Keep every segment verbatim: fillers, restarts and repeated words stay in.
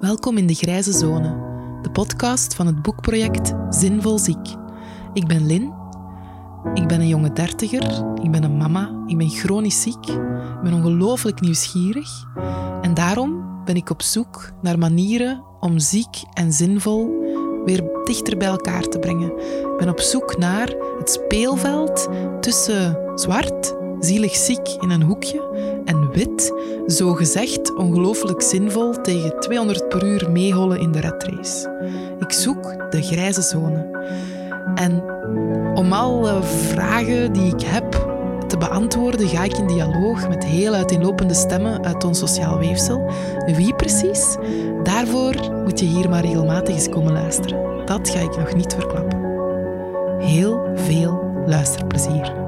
Welkom in de Grijze Zone, de podcast van het boekproject Zinvol Ziek. Ik ben Lin, ik ben een jonge dertiger, ik ben een mama, ik ben chronisch ziek, ik ben ongelooflijk nieuwsgierig en daarom ben ik op zoek naar manieren om ziek en zinvol weer dichter bij elkaar te brengen. Ik ben op zoek naar het speelveld tussen zwart, zielig ziek in een hoekje, en wit, zogezegd ongelooflijk zinvol tegen tweehonderd per uur meehollen in de redrace. Ik zoek de grijze zone. En om alle vragen die ik heb te beantwoorden, ga ik in dialoog met heel uiteenlopende stemmen uit ons sociaal weefsel. Wie precies? Daarvoor moet je hier maar regelmatig eens komen luisteren. Dat ga ik nog niet verklappen. Heel veel luisterplezier.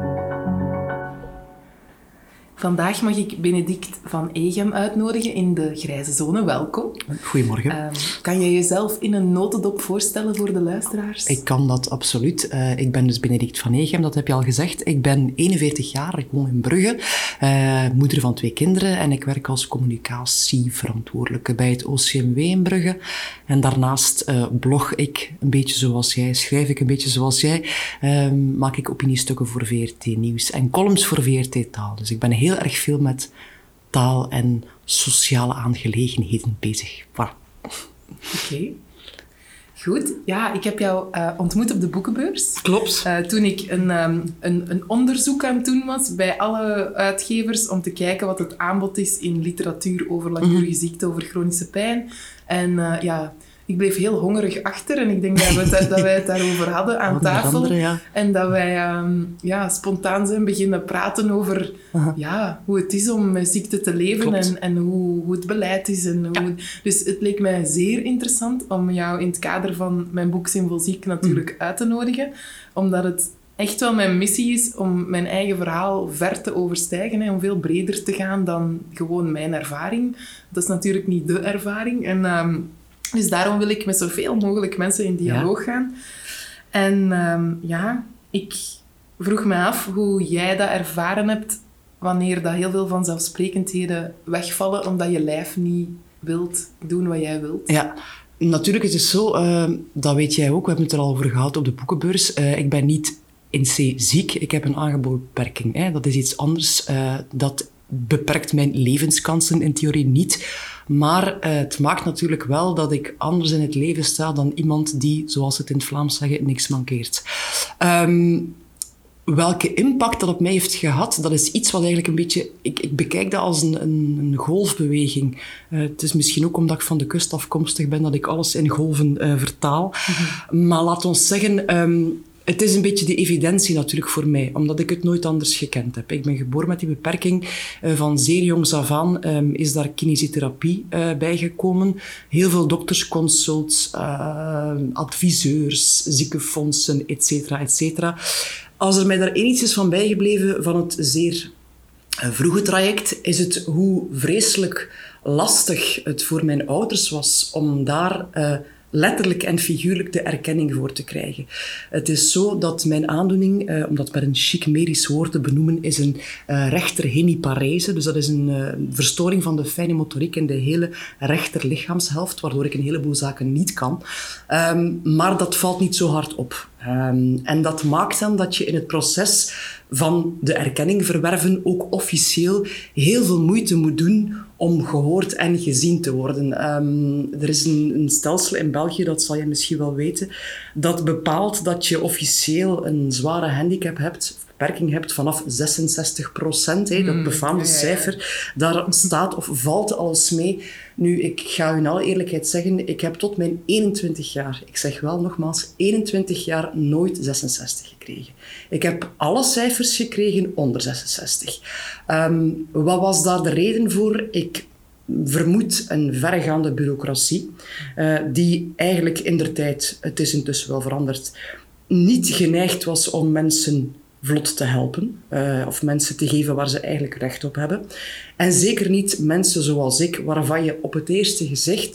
Vandaag mag ik Benedict van Egem uitnodigen in de Grijze Zone. Welkom. Goedemorgen. Uh, kan je jezelf in een notendop voorstellen voor de luisteraars? Ik kan dat absoluut. Uh, ik ben dus Benedict van Egem, dat heb je al gezegd. Ik ben eenenveertig jaar, ik woon in Brugge, uh, moeder van twee kinderen en ik werk als communicatieverantwoordelijke bij het O C M W in Brugge. En daarnaast uh, blog ik een beetje zoals jij, schrijf ik een beetje zoals jij, uh, maak ik opiniestukken voor V R T Nieuws en columns voor V R T Taal. Dus ik ben heel erg veel met taal en sociale aangelegenheden bezig. Voilà. Oké. Okay. Goed. Ja, ik heb jou uh, ontmoet op de boekenbeurs. Klopt. Uh, toen ik een, um, een, een onderzoek aan het doen was bij alle uitgevers om te kijken wat het aanbod is in literatuur over langdurige mm-hmm. ziekte, over chronische pijn. En uh, ja... Ik bleef heel hongerig achter en ik denk dat, we het, dat wij het daarover hadden aan oh, tafel. Andere, ja. En dat wij um, ja, spontaan zijn beginnen praten over ja, hoe het is om met ziekte te leven en, en hoe, hoe het beleid is. En hoe, ja. Dus het leek mij zeer interessant om jou in het kader van mijn boek Zinvol Ziek natuurlijk mm. uit te nodigen. Omdat het echt wel mijn missie is om mijn eigen verhaal ver te overstijgen. Hè, om veel breder te gaan dan gewoon mijn ervaring. Dat is natuurlijk niet de ervaring. En... Um, Dus daarom wil ik met zoveel mogelijk mensen in dialoog ja. gaan. En um, ja, ik vroeg me af hoe jij dat ervaren hebt wanneer dat heel veel vanzelfsprekendheden wegvallen omdat je lijf niet wilt doen wat jij wilt. Ja, natuurlijk is het zo, uh, dat weet jij ook, we hebben het er al over gehad op de boekenbeurs. Uh, ik ben niet in C ziek, ik heb een aangeboren beperking. Hè. Dat is iets anders. Uh, dat beperkt mijn levenskansen in theorie niet. Maar uh, het maakt natuurlijk wel dat ik anders in het leven sta dan iemand die, zoals ze het in het Vlaams zeggen, niks mankeert. Um, welke impact dat op mij heeft gehad, dat is iets wat eigenlijk een beetje... Ik, ik bekijk dat als een, een, een golfbeweging. Uh, het is misschien ook omdat ik van de kust afkomstig ben, dat ik alles in golven uh, vertaal. Mm-hmm. Maar laat ons zeggen... Um, Het is een beetje de evidentie natuurlijk voor mij, omdat ik het nooit anders gekend heb. Ik ben geboren met die beperking. Uh, van zeer jongs af aan um, is daar kinesiotherapie uh, bijgekomen. Heel veel doktersconsults, uh, adviseurs, ziekenfondsen, et cetera, et cetera. Als er mij daar één iets is van bijgebleven van het zeer uh, vroege traject, is het hoe vreselijk lastig het voor mijn ouders was om daar... Uh, letterlijk en figuurlijk de erkenning voor te krijgen. Het is zo dat mijn aandoening, eh, om dat met een chic medisch woord te benoemen, is een uh, rechter hemiparese. Dus dat is een uh, verstoring van de fijne motoriek in de hele rechter lichaamshelft, waardoor ik een heleboel zaken niet kan. Um, maar dat valt niet zo hard op. Um, en dat maakt dan dat je in het proces van de erkenning verwerven ook officieel heel veel moeite moet doen om gehoord en gezien te worden. Um, er is een, een stelsel in België, dat zal je misschien wel weten, dat bepaalt dat je officieel een zware handicap hebt, beperking hebt vanaf zesenzestig procent. Hè, dat befaamde cijfer, daar staat of valt alles mee. Nu, ik ga u in alle eerlijkheid zeggen, ik heb tot mijn eenentwintig jaar, ik zeg wel nogmaals, eenentwintig jaar nooit zesenzestig gekregen. Ik heb alle cijfers gekregen onder zesenzestig. Um, wat was daar de reden voor? Ik vermoed een verregaande bureaucratie, uh, die eigenlijk indertijd, het is intussen wel veranderd, niet geneigd was om mensen vlot te helpen, uh, of mensen te geven waar ze eigenlijk recht op hebben. En zeker niet mensen zoals ik, waarvan je op het eerste gezicht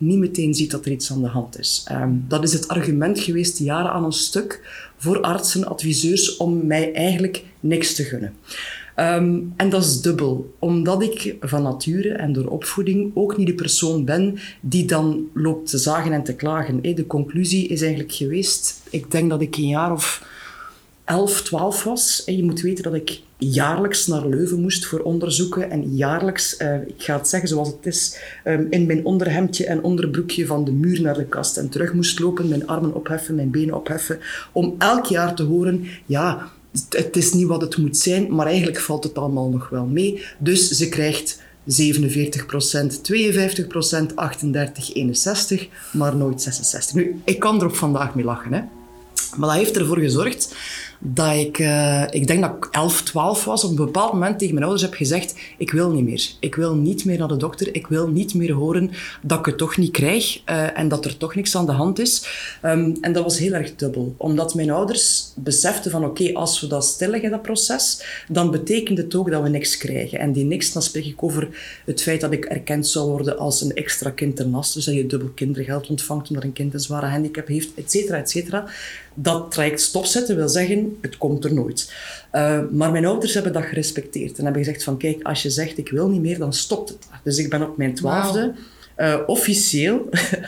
niet meteen ziet dat er iets aan de hand is. Um, dat is het argument geweest jaren aan een stuk voor artsen, adviseurs, om mij eigenlijk niks te gunnen. Um, en dat is dubbel, omdat ik van nature en door opvoeding ook niet de persoon ben die dan loopt te zagen en te klagen. De conclusie is eigenlijk geweest, ik denk dat ik een jaar of elf, twaalf was. En je moet weten dat ik jaarlijks naar Leuven moest voor onderzoeken. En jaarlijks, uh, ik ga het zeggen zoals het is, um, in mijn onderhemdje en onderbroekje van de muur naar de kast en terug moest lopen, mijn armen opheffen, mijn benen opheffen, om elk jaar te horen, ja, het is niet wat het moet zijn, maar eigenlijk valt het allemaal nog wel mee. Dus ze krijgt zevenenveertig procent, tweeënvijftig procent, achtendertig, eenenzestig, maar nooit zesenzestig. Nu, ik kan er op vandaag mee lachen, hè. Maar dat heeft ervoor gezorgd dat ik, uh, ik denk dat ik elf, twaalf was, op een bepaald moment tegen mijn ouders heb gezegd, ik wil niet meer. Ik wil niet meer naar de dokter. Ik wil niet meer horen dat ik het toch niet krijg uh, en dat er toch niks aan de hand is. Um, en dat was heel erg dubbel. Omdat mijn ouders beseften van, oké, okay, als we dat stilleggen, dat proces, dan betekent het ook dat we niks krijgen. En die niks, dan spreek ik over het feit dat ik erkend zou worden als een extra kind ernaast. Dus dat je dubbel kindergeld ontvangt omdat een kind een zware handicap heeft, et cetera, et cetera. Dat traject stopzetten wil zeggen, het komt er nooit. Uh, maar mijn ouders hebben dat gerespecteerd en hebben gezegd van, kijk, als je zegt ik wil niet meer, dan stopt het. Dus ik ben op mijn twaalfde wow. uh, officieel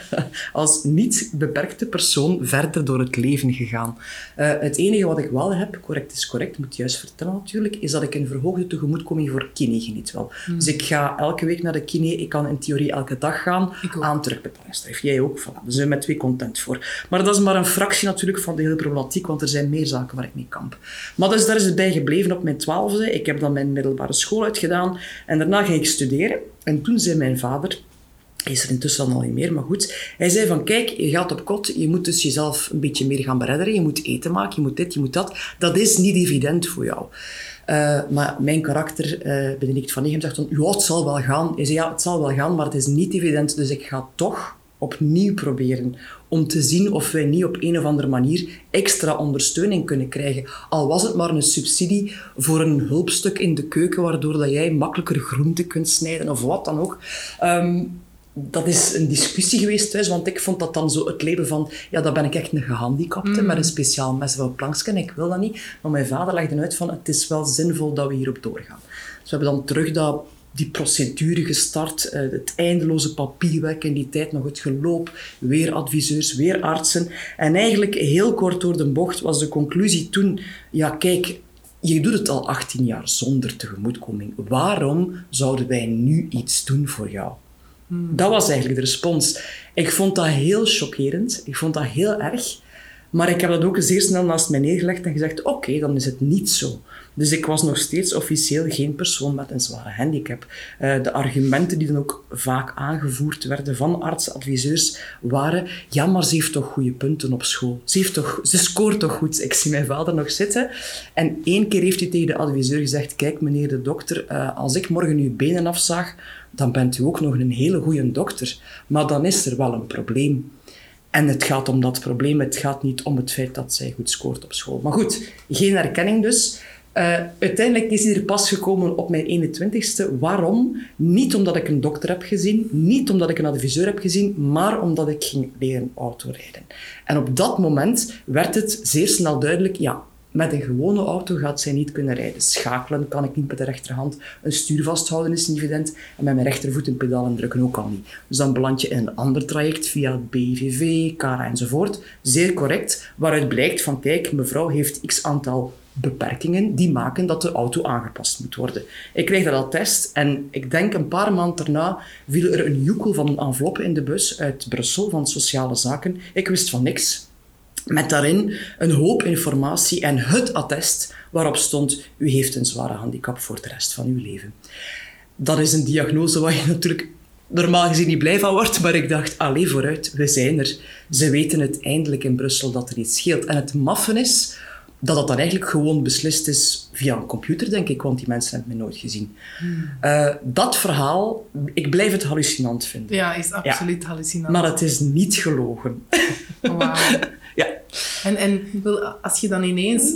als niet beperkte persoon verder door het leven gegaan. Uh, het enige wat ik wel heb, correct is correct, moet juist vertellen natuurlijk, is dat ik een verhoogde tegemoetkoming voor kine geniet wel. Hmm. Dus ik ga elke week naar de kine, ik kan in theorie elke dag gaan aan terugbetalingstarieven. Jij ook, voilà. Daar zijn we met twee content voor. Maar dat is maar een fractie natuurlijk van de hele problematiek, want er zijn meer zaken waar ik mee kamp. Maar dus daar is het bij gebleven op mijn twaalfde. Ik heb dan mijn middelbare school uitgedaan en daarna ging ik studeren. En toen zei mijn vader, hij is er intussen al niet meer, maar goed. Hij zei van, kijk, je gaat op kot, je moet dus jezelf een beetje meer gaan beredderen. Je moet eten maken, je moet dit, je moet dat. Dat is niet evident voor jou. Uh, maar mijn karakter, uh, Benedict van Egem, zegt dan, ja, het zal wel gaan. Hij zei, ja, het zal wel gaan, maar het is niet evident. Dus ik ga toch opnieuw proberen om te zien of wij niet op een of andere manier extra ondersteuning kunnen krijgen. Al was het maar een subsidie voor een hulpstuk in de keuken, waardoor dat jij makkelijker groenten kunt snijden of wat dan ook. Um, Dat is een discussie geweest thuis, want ik vond dat dan zo het label van, ja, dat ben ik echt een gehandicapte mm. met een speciaal mes of een plankje en ik wil dat niet. Maar mijn vader legde uit van, het is wel zinvol dat we hierop doorgaan. Dus we hebben dan terug dat, die procedure gestart, uh, het eindeloze papierwerk in die tijd, nog het geloop, weer adviseurs, weer artsen. En eigenlijk heel kort door de bocht was de conclusie toen, ja, kijk, je doet het al achttien jaar zonder tegemoetkoming. Waarom zouden wij nu iets doen voor jou? Hmm. Dat was eigenlijk de respons. Ik vond dat heel chockerend. Ik vond dat heel erg. Maar ik heb dat ook zeer snel naast mij neergelegd en gezegd, oké, okay, dan is het niet zo. Dus ik was nog steeds officieel geen persoon met een zware handicap. Uh, de argumenten die dan ook vaak aangevoerd werden van artsen, adviseurs, waren, ja, maar ze heeft toch goede punten op school. Ze, heeft toch, ze scoort toch goed. Ik zie mijn vader nog zitten. En één keer heeft hij tegen de adviseur gezegd, kijk meneer de dokter, uh, als ik morgen uw benen afzaag, dan bent u ook nog een hele goede dokter. Maar dan is er wel een probleem. En het gaat om dat probleem, het gaat niet om het feit dat zij goed scoort op school. Maar goed, geen erkenning dus. Uh, uiteindelijk is hij er pas gekomen op mijn eenentwintigste. Waarom? Niet omdat ik een dokter heb gezien, niet omdat ik een adviseur heb gezien, maar omdat ik ging leren autorijden. En op dat moment werd het zeer snel duidelijk, ja, met een gewone auto gaat zij niet kunnen rijden. Schakelen kan ik niet met de rechterhand. Een stuur vasthouden is niet evident. En met mijn rechtervoet een pedalen drukken ook al niet. Dus dan beland je in een ander traject via het B V V, C A R A enzovoort. Zeer correct. Waaruit blijkt van, kijk, mevrouw heeft x aantal beperkingen die maken dat de auto aangepast moet worden. Ik kreeg dat attest en ik denk een paar maanden daarna viel er een joekel van een envelop in de bus uit Brussel van Sociale Zaken. Ik wist van niks. Met daarin een hoop informatie en het attest waarop stond, u heeft een zware handicap voor de rest van uw leven. Dat is een diagnose waar je natuurlijk normaal gezien niet blij van wordt, maar ik dacht, allee, vooruit, we zijn er. Ze weten het eindelijk in Brussel dat er iets scheelt. En het maffen is dat dat dan eigenlijk gewoon beslist is via een computer, denk ik, want die mensen hebben me nooit gezien. Hmm. Uh, dat verhaal, ik blijf het hallucinant vinden. Ja, is absoluut ja. hallucinant. Maar het is niet gelogen. Wauw. Ja. En, en als je dan ineens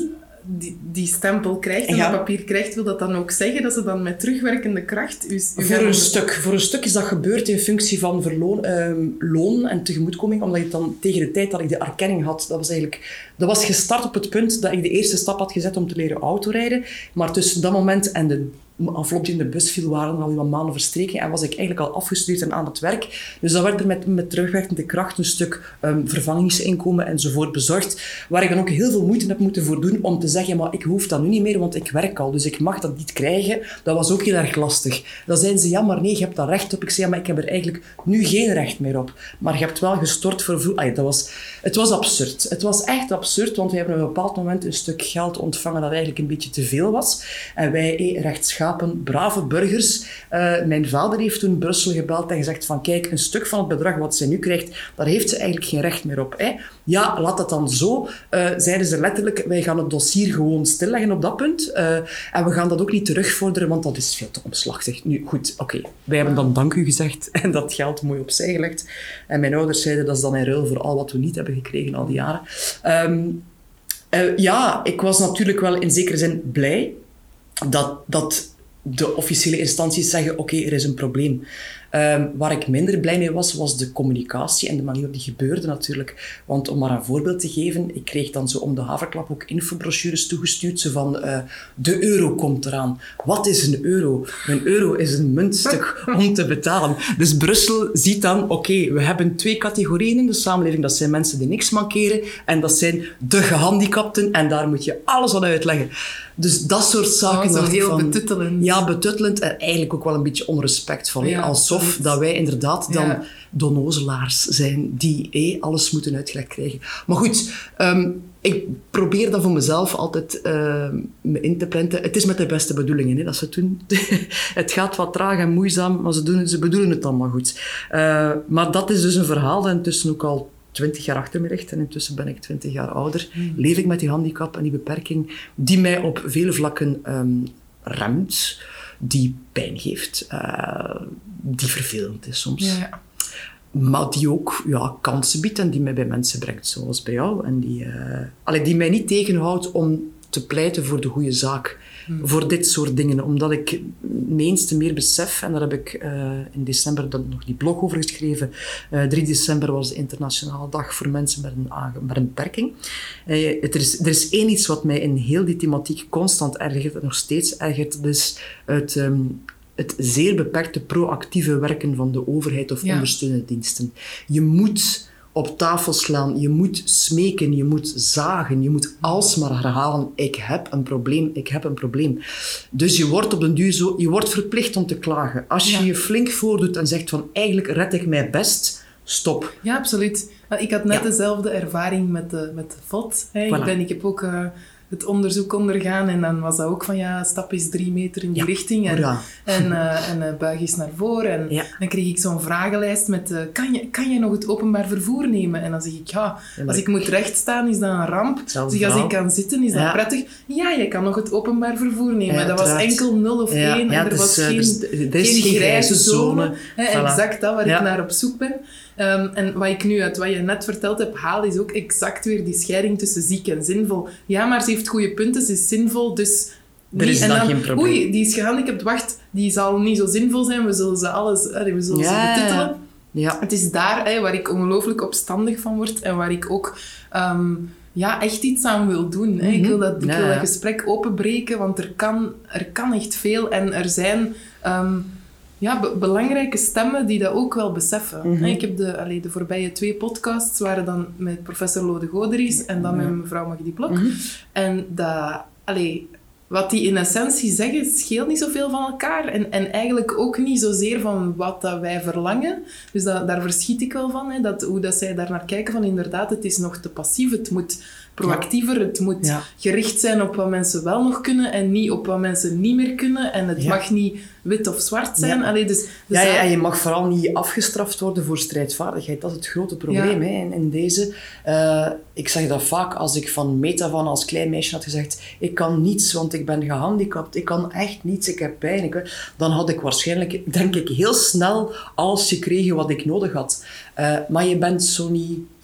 die, die stempel krijgt en ja. dat papier krijgt, wil dat dan ook zeggen dat ze dan met terugwerkende kracht... Dus, voor, een stuk, voor een stuk is dat gebeurd in functie van verloon, uh, loon en tegemoetkoming, omdat ik dan tegen de tijd dat ik de erkenning had, dat was eigenlijk... Dat was gestart op het punt dat ik de eerste stap had gezet om te leren autorijden, maar tussen dat moment en de envelop die in de bus viel, waren er al wat maanden verstreken en was ik eigenlijk al afgestudeerd en aan het werk. Dus dan werd er met, met terugwerkende kracht een stuk um, vervangingsinkomen enzovoort bezorgd, waar ik dan ook heel veel moeite heb moeten voor doen om te zeggen, maar ik hoef dat nu niet meer, want ik werk al, dus ik mag dat niet krijgen. Dat was ook heel erg lastig. Dan zeiden ze, ja, maar nee, je hebt daar recht op. Ik zei, ja, maar ik heb er eigenlijk nu geen recht meer op. Maar je hebt wel gestort voor... Vro- Ay, dat was, het was absurd. Het was echt absurd, want we hebben op een bepaald moment een stuk geld ontvangen dat eigenlijk een beetje te veel was. En wij, eh, rechtschapen, brave burgers. Uh, mijn vader heeft toen Brussel gebeld en gezegd van, kijk, een stuk van het bedrag wat ze nu krijgt, daar heeft ze eigenlijk geen recht meer op. Hè. Ja, laat dat dan zo. Uh, zeiden ze letterlijk, wij gaan het dossier gewoon stilleggen op dat punt. Uh, en we gaan dat ook niet terugvorderen, want dat is veel te omslachtig. Nu, goed, oké. Okay. Wij hebben dan dank u gezegd en dat geld mooi opzij gelegd. En mijn ouders zeiden, dat is dan in ruil voor al wat we niet hebben gekregen al die jaren. Um, uh, ja, ik was natuurlijk wel in zekere zin blij dat... dat de officiële instanties zeggen, oké, okay, er is een probleem. Um, waar ik minder blij mee was, was de communicatie en de manier waarop die gebeurde natuurlijk. Want om maar een voorbeeld te geven, ik kreeg dan zo om de haverklap ook infobrochures toegestuurd, zo van, uh, de euro komt eraan. Wat is een euro? Een euro is een muntstuk om te betalen. Dus Brussel ziet dan, oké, okay, we hebben twee categorieën in de samenleving. Dat zijn mensen die niks mankeren en dat zijn de gehandicapten en daar moet je alles aan uitleggen. Dus dat soort zaken. Oh, zo heel van, betuttelend. Ja, betuttelend en eigenlijk ook wel een beetje onrespectvol. Ja, alsof dat wij inderdaad dan ja. donnozelaars zijn die eh, alles moeten uitgelegd krijgen. Maar goed, um, ik probeer dat voor mezelf altijd uh, me in te prenten. Het is met de beste bedoelingen hè, dat ze het doen. Het gaat wat traag en moeizaam, maar ze, doen, ze bedoelen het allemaal goed. Uh, maar dat is dus een verhaal dat intussen ook al twintig jaar achter me ligt en intussen ben ik twintig jaar ouder. Mm. Leef ik met die handicap en die beperking die mij op vele vlakken um, remt, die pijn geeft, uh, die vervelend is soms. Ja, ja. Maar die ook ja, kansen biedt en die mij bij mensen brengt, zoals bij jou. En die, uh, allee, die mij niet tegenhoudt om te pleiten voor de goede zaak. Hmm. Voor dit soort dingen. Omdat ik meens te meer besef, en daar heb ik uh, in december dan nog die blog over geschreven. Uh, drie december was de internationale dag voor mensen met een, met een beperking. Uh, het, er, is, er is één iets wat mij in heel die thematiek constant ergert en nog steeds ergert. Dat is het... Um, het zeer beperkte proactieve werken van de overheid of ja. ondersteunende diensten. Je moet op tafel slaan, je moet smeken, je moet zagen, je moet alsmaar herhalen, ik heb een probleem, ik heb een probleem. Dus je wordt op den duur zo, je wordt verplicht om te klagen. Als je ja. je flink voordoet en zegt van, eigenlijk red ik mij best, stop. Ja, absoluut. Ik had net ja. dezelfde ervaring met de, met de V O D. Hey, voilà. ik, ben, ik heb ook... Uh, het onderzoek ondergaan en dan was dat ook van ja, stap is drie meter in die ja, richting en, ja. en, uh, en uh, buig is naar voren. En ja. dan kreeg ik zo'n vragenlijst met uh, kan, je, kan je nog het openbaar vervoer nemen? En dan zeg ik ja, ja als ik, ik moet rechtstaan is dat een ramp. Zeg, als ik kan zitten is dat ja. prettig. Ja, je kan nog het openbaar vervoer nemen. Ja, dat was enkel nul of ja, één ja, en er was is, geen, dus, er is geen grijze zone. zone. Hè, voilà. Exact dat waar ja. ik naar op zoek ben. Um, en wat ik nu uit wat je net verteld hebt haal, is ook exact weer die scheiding tussen ziek en zinvol. Ja, maar ze heeft goede punten, ze is zinvol, dus... Die, er is en dan, geen probleem. Oei, die is gehandicapt, wacht, die zal niet zo zinvol zijn, we zullen ze alles... We zullen ja, ze betitelen. Ja. Het is daar hè, waar ik ongelooflijk opstandig van word en waar ik ook... Um, ja, echt iets aan wil doen. Hè. Mm-hmm. Ik wil dat, ik ja, wil dat gesprek openbreken, want er kan, er kan echt veel en er zijn... Um, Ja, be- belangrijke stemmen die dat ook wel beseffen. Mm-hmm. Ik heb de, allee, de voorbije twee podcasts waren dan met professor Lode Goderies en dan met mevrouw Magdi Blok. Mm-hmm. En dat, allee, wat die in essentie zeggen, scheelt niet zoveel van elkaar. En, en eigenlijk ook niet zozeer van wat dat wij verlangen. Dus dat, daar verschiet ik wel van. Hè, dat, hoe dat zij daar naar kijken van inderdaad, het is nog te passief. Het moet proactiever. Het moet ja. gericht zijn op wat mensen wel nog kunnen en niet op wat mensen niet meer kunnen. En het ja. mag niet wit of zwart zijn. Ja. Allee, dus, dus ja, ja, en je mag vooral niet afgestraft worden voor strijdvaardigheid. Dat is het grote probleem ja. hè, in, in deze. Uh, ik zeg dat vaak als ik van meet af aan als klein meisje had gezegd ik kan niets, want ik ben gehandicapt. Ik kan echt niets, ik heb pijn. Ik, dan had ik waarschijnlijk, denk ik, heel snel alles gekregen wat ik nodig had. Uh, maar je bent zo niet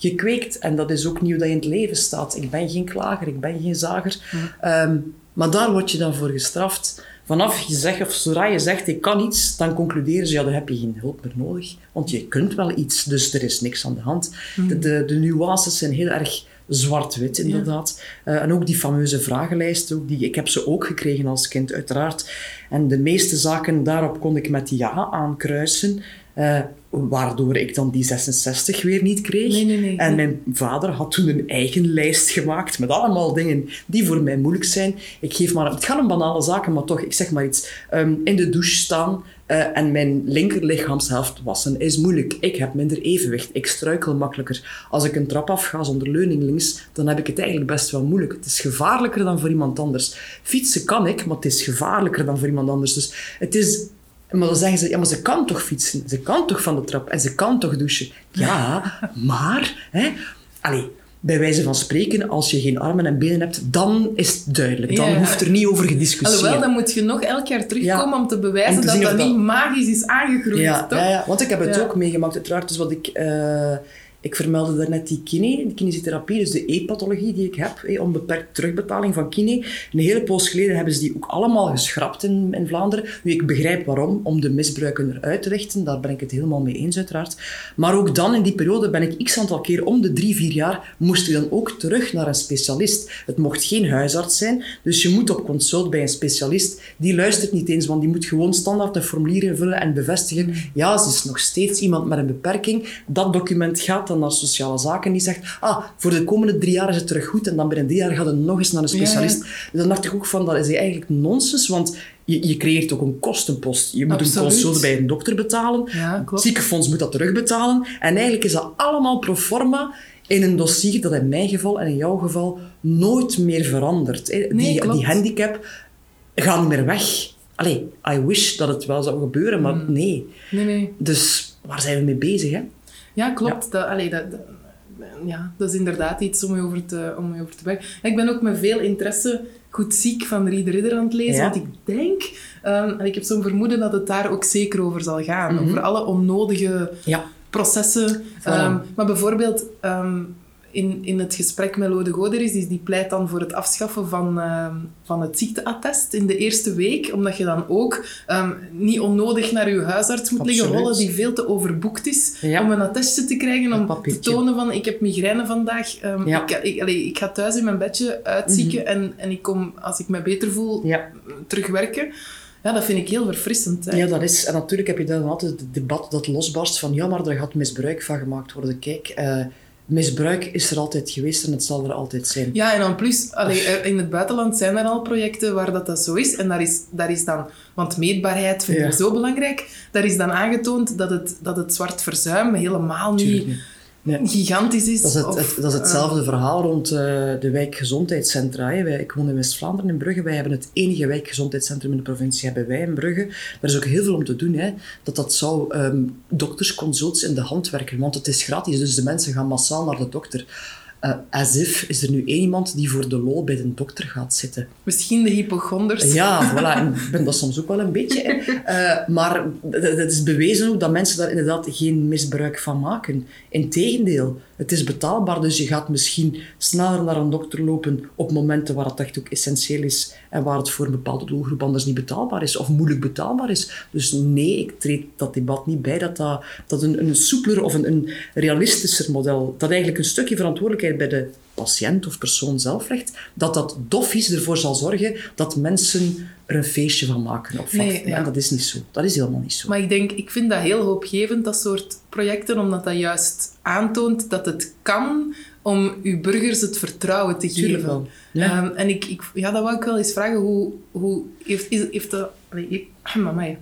gekweekt. En dat is ook niet hoe dat je in het leven staat. Ik ben geen klager, ik ben geen zager. Mm. Um, maar daar word je dan voor gestraft. Vanaf je zegt, of zodra je zegt, ik kan iets, dan concluderen ze, ja, dan heb je geen hulp meer nodig. Want je kunt wel iets, dus er is niks aan de hand. Mm. De, de, de nuances zijn heel erg zwart-wit, inderdaad. Ja. Uh, en ook die fameuze vragenlijst, ook die, ik heb ze ook gekregen als kind, uiteraard. En de meeste zaken, daarop kon ik met ja aankruisen. Uh, waardoor ik dan die zesenzestig weer niet kreeg. Nee, nee, nee, en nee. mijn vader had toen een eigen lijst gemaakt met allemaal dingen die voor mij moeilijk zijn. Ik geef maar... Het gaat om banale zaken, maar toch, ik zeg maar iets. Um, in de douche staan uh, en mijn linkerlichaamshelft wassen is moeilijk. Ik heb minder evenwicht. Ik struikel makkelijker. Als ik een trap afga zonder leuning links, dan heb ik het eigenlijk best wel moeilijk. Het is gevaarlijker dan voor iemand anders. Fietsen kan ik, maar het is gevaarlijker dan voor iemand anders. Dus het is... Maar dan zeggen ze, ja, maar ze kan toch fietsen? Ze kan toch van de trap? En ze kan toch douchen? Ja, maar... Hè, allee, bij wijze van spreken, als je geen armen en benen hebt, dan is het duidelijk. Dan ja. hoeft er niet over gediscussieerd. Alhoewel, dan moet je nog elk jaar terugkomen ja. om te bewijzen om te dat dat, dat niet magisch is aangegroeid. Ja, toch? Ja, ja, want ik heb het ja. ook meegemaakt. Uiteraard, dus wat ik... Uh, Ik vermeldde daarnet die kine, die kinesiotherapie, dus de E-pathologie die ik heb, eh, onbeperkt terugbetaling van kine. Een hele poos geleden hebben ze die ook allemaal geschrapt in, in Vlaanderen. Nu, ik begrijp waarom, om de misbruiken eruit te richten, daar ben ik het helemaal mee eens uiteraard. Maar ook dan, in die periode, ben ik x aantal keer, om de drie, vier jaar, moest ik dan ook terug naar een specialist. Het mocht geen huisarts zijn, dus je moet op consult bij een specialist. Die luistert niet eens, want die moet gewoon standaard een formulier invullen en bevestigen. Ja, ze is nog steeds iemand met een beperking. Dat document gaat dan naar sociale zaken die zegt, ah, voor de komende drie jaar is het terug goed en dan binnen drie jaar gaat het nog eens naar een specialist. Ja, ja. Dus dan dacht ik ook van, dat is eigenlijk nonsens, want je, je creëert ook een kostenpost. Je moet Absoluut. een consult bij een dokter betalen, ja, het ziekenfonds moet dat terugbetalen en eigenlijk is dat allemaal pro forma in een dossier dat in mijn geval en in jouw geval nooit meer verandert. Nee, die, die handicap gaat niet meer weg. Allee, I wish dat het wel zou gebeuren, maar mm. nee. nee, nee. Dus waar zijn we mee bezig, hè? Ja, klopt. Ja. Dat, allee, dat, dat, ja, dat is inderdaad iets om je over te, om je over te brengen. Ik ben ook met veel interesse Goed ziek van Riede Ridder aan het lezen, ja. want ik denk, um, en ik heb zo'n vermoeden dat het daar ook zeker over zal gaan. Mm-hmm. Over alle onnodige ja. processen. Voilà. Um, maar bijvoorbeeld... Um, In, in het gesprek met Lode Goderis, die, die pleit dan voor het afschaffen van, uh, van het ziekteattest in de eerste week, omdat je dan ook um, niet onnodig naar je huisarts moet Absoluut. liggen rollen, die veel te overboekt is, ja. om een attestje te krijgen, om te tonen van, ik heb migraine vandaag, um, ja. ik, ik, allee, ik ga thuis in mijn bedje uitzieken mm-hmm. en, en ik kom, als ik me beter voel, ja. terugwerken. Ja, dat vind ik heel verfrissend. Hè. Ja, dat is. En natuurlijk heb je dan altijd het debat dat losbarst van, ja, maar er gaat misbruik van gemaakt worden. Kijk... Uh, Misbruik is er altijd geweest en het zal er altijd zijn. Ja, en dan plus, allee, in het buitenland zijn er al projecten waar dat, dat zo is. En daar is, daar is dan... Want meetbaarheid vind ik ja. zo belangrijk. Daar is dan aangetoond dat het, dat het zwart verzuim helemaal niet... Nee. gigantisch is. Dat is, het, of, het, dat is hetzelfde uh, verhaal rond uh, de wijkgezondheidscentra. Hè. Wij, ik woon in West-Vlaanderen in Brugge. Wij hebben het enige wijkgezondheidscentrum in de provincie hebben wij in Brugge. Daar is ook heel veel om te doen. Hè. Dat dat zou um, doktersconsults in de hand werken. Want het is gratis, dus de mensen gaan massaal naar de dokter. Uh, as if is er nu één iemand die voor de lol bij de dokter gaat zitten. Misschien de hypochonders. Ja, voilà. Ik ben dat soms ook wel een beetje. Uh, maar het is bewezen ook dat mensen daar inderdaad geen misbruik van maken. Integendeel, het is betaalbaar, dus je gaat misschien sneller naar een dokter lopen op momenten waar het echt ook essentieel is en waar het voor een bepaalde doelgroep anders niet betaalbaar is of moeilijk betaalbaar is. Dus nee, ik treed dat debat niet bij dat dat, dat een, een soepeler of een, een realistischer model, dat eigenlijk een stukje verantwoordelijkheid bij de patiënt of persoon zelf legt, dat dat doffies ervoor zal zorgen dat mensen er een feestje van maken. Of nee, ja. Ja, dat is niet zo. Dat is helemaal niet zo. Maar ik denk, ik vind dat heel hoopgevend, dat soort projecten, omdat dat juist aantoont dat het kan om uw burgers het vertrouwen te geven. Wel. Ja. Um, en ik, ik, ja, dat wou ik wel eens vragen, hoe, hoe heeft, is, heeft dat... Allee, mama,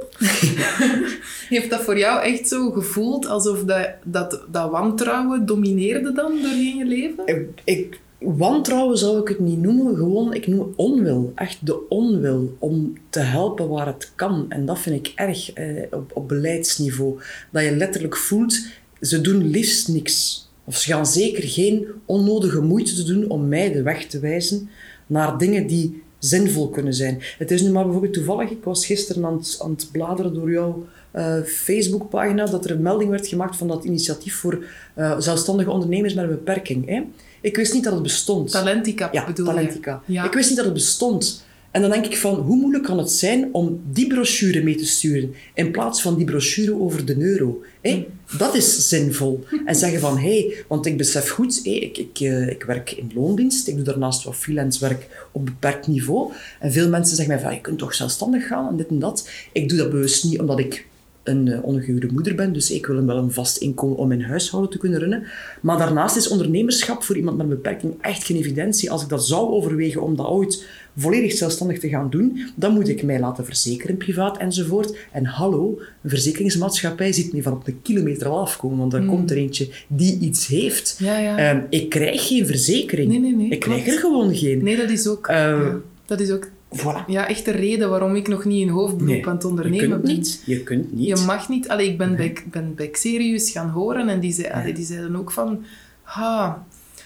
heeft dat voor jou echt zo gevoeld alsof dat, dat, dat wantrouwen domineerde dan doorheen je leven? Ik, ik, wantrouwen zou ik het niet noemen, gewoon, ik noem het onwil. Echt de onwil om te helpen waar het kan. En dat vind ik erg eh, op, op beleidsniveau. Dat je letterlijk voelt, ze doen liefst niks. Of ze gaan zeker geen onnodige moeite te doen om mij de weg te wijzen naar dingen die zinvol kunnen zijn. Het is nu maar bijvoorbeeld toevallig, ik was gisteren aan het, aan het bladeren door jouw uh, Facebookpagina, dat er een melding werd gemaakt van dat initiatief voor uh, zelfstandige ondernemers met een beperking. Hè? Ik wist niet dat het bestond. Talentica ja, bedoel Talentica. je? Ja. Ik wist niet dat het bestond. En dan denk ik van, hoe moeilijk kan het zijn om die brochure mee te sturen in plaats van die brochure over de euro? Hey, mm. Dat is zinvol. En zeggen van, hé, hey, want ik besef goed, hey, ik, ik, uh, ik werk in loondienst, ik doe daarnaast wat freelance werk op beperkt niveau. En veel mensen zeggen mij van, je kunt toch zelfstandig gaan en dit en dat. Ik doe dat bewust niet omdat ik een uh, ongehuwde moeder ben, dus ik wil wel een vast inkomen om mijn huishouden te kunnen runnen. Maar daarnaast is ondernemerschap voor iemand met een beperking echt geen evidentie. Als ik dat zou overwegen om dat ooit volledig zelfstandig te gaan doen, dan moet ik mij laten verzekeren, privaat enzovoort. En hallo, een verzekeringsmaatschappij ziet me van op een kilometer al afkomen, want dan mm. komt er eentje die iets heeft. Ja, ja. Um, ik krijg geen verzekering. Nee, nee, nee. Ik krijg er gewoon geen. Nee, dat is ook... Uh, ja, dat is ook... Voilà. Ja, echt de reden waarom ik nog niet in hoofdberoep nee, aan het ondernemen je kunt ben. Niet. Je kunt niet. Je mag niet. Allee, ik ben, nee. bij, ben bij Xerius gaan horen en die, zei, allee, die zeiden ook van... Ha,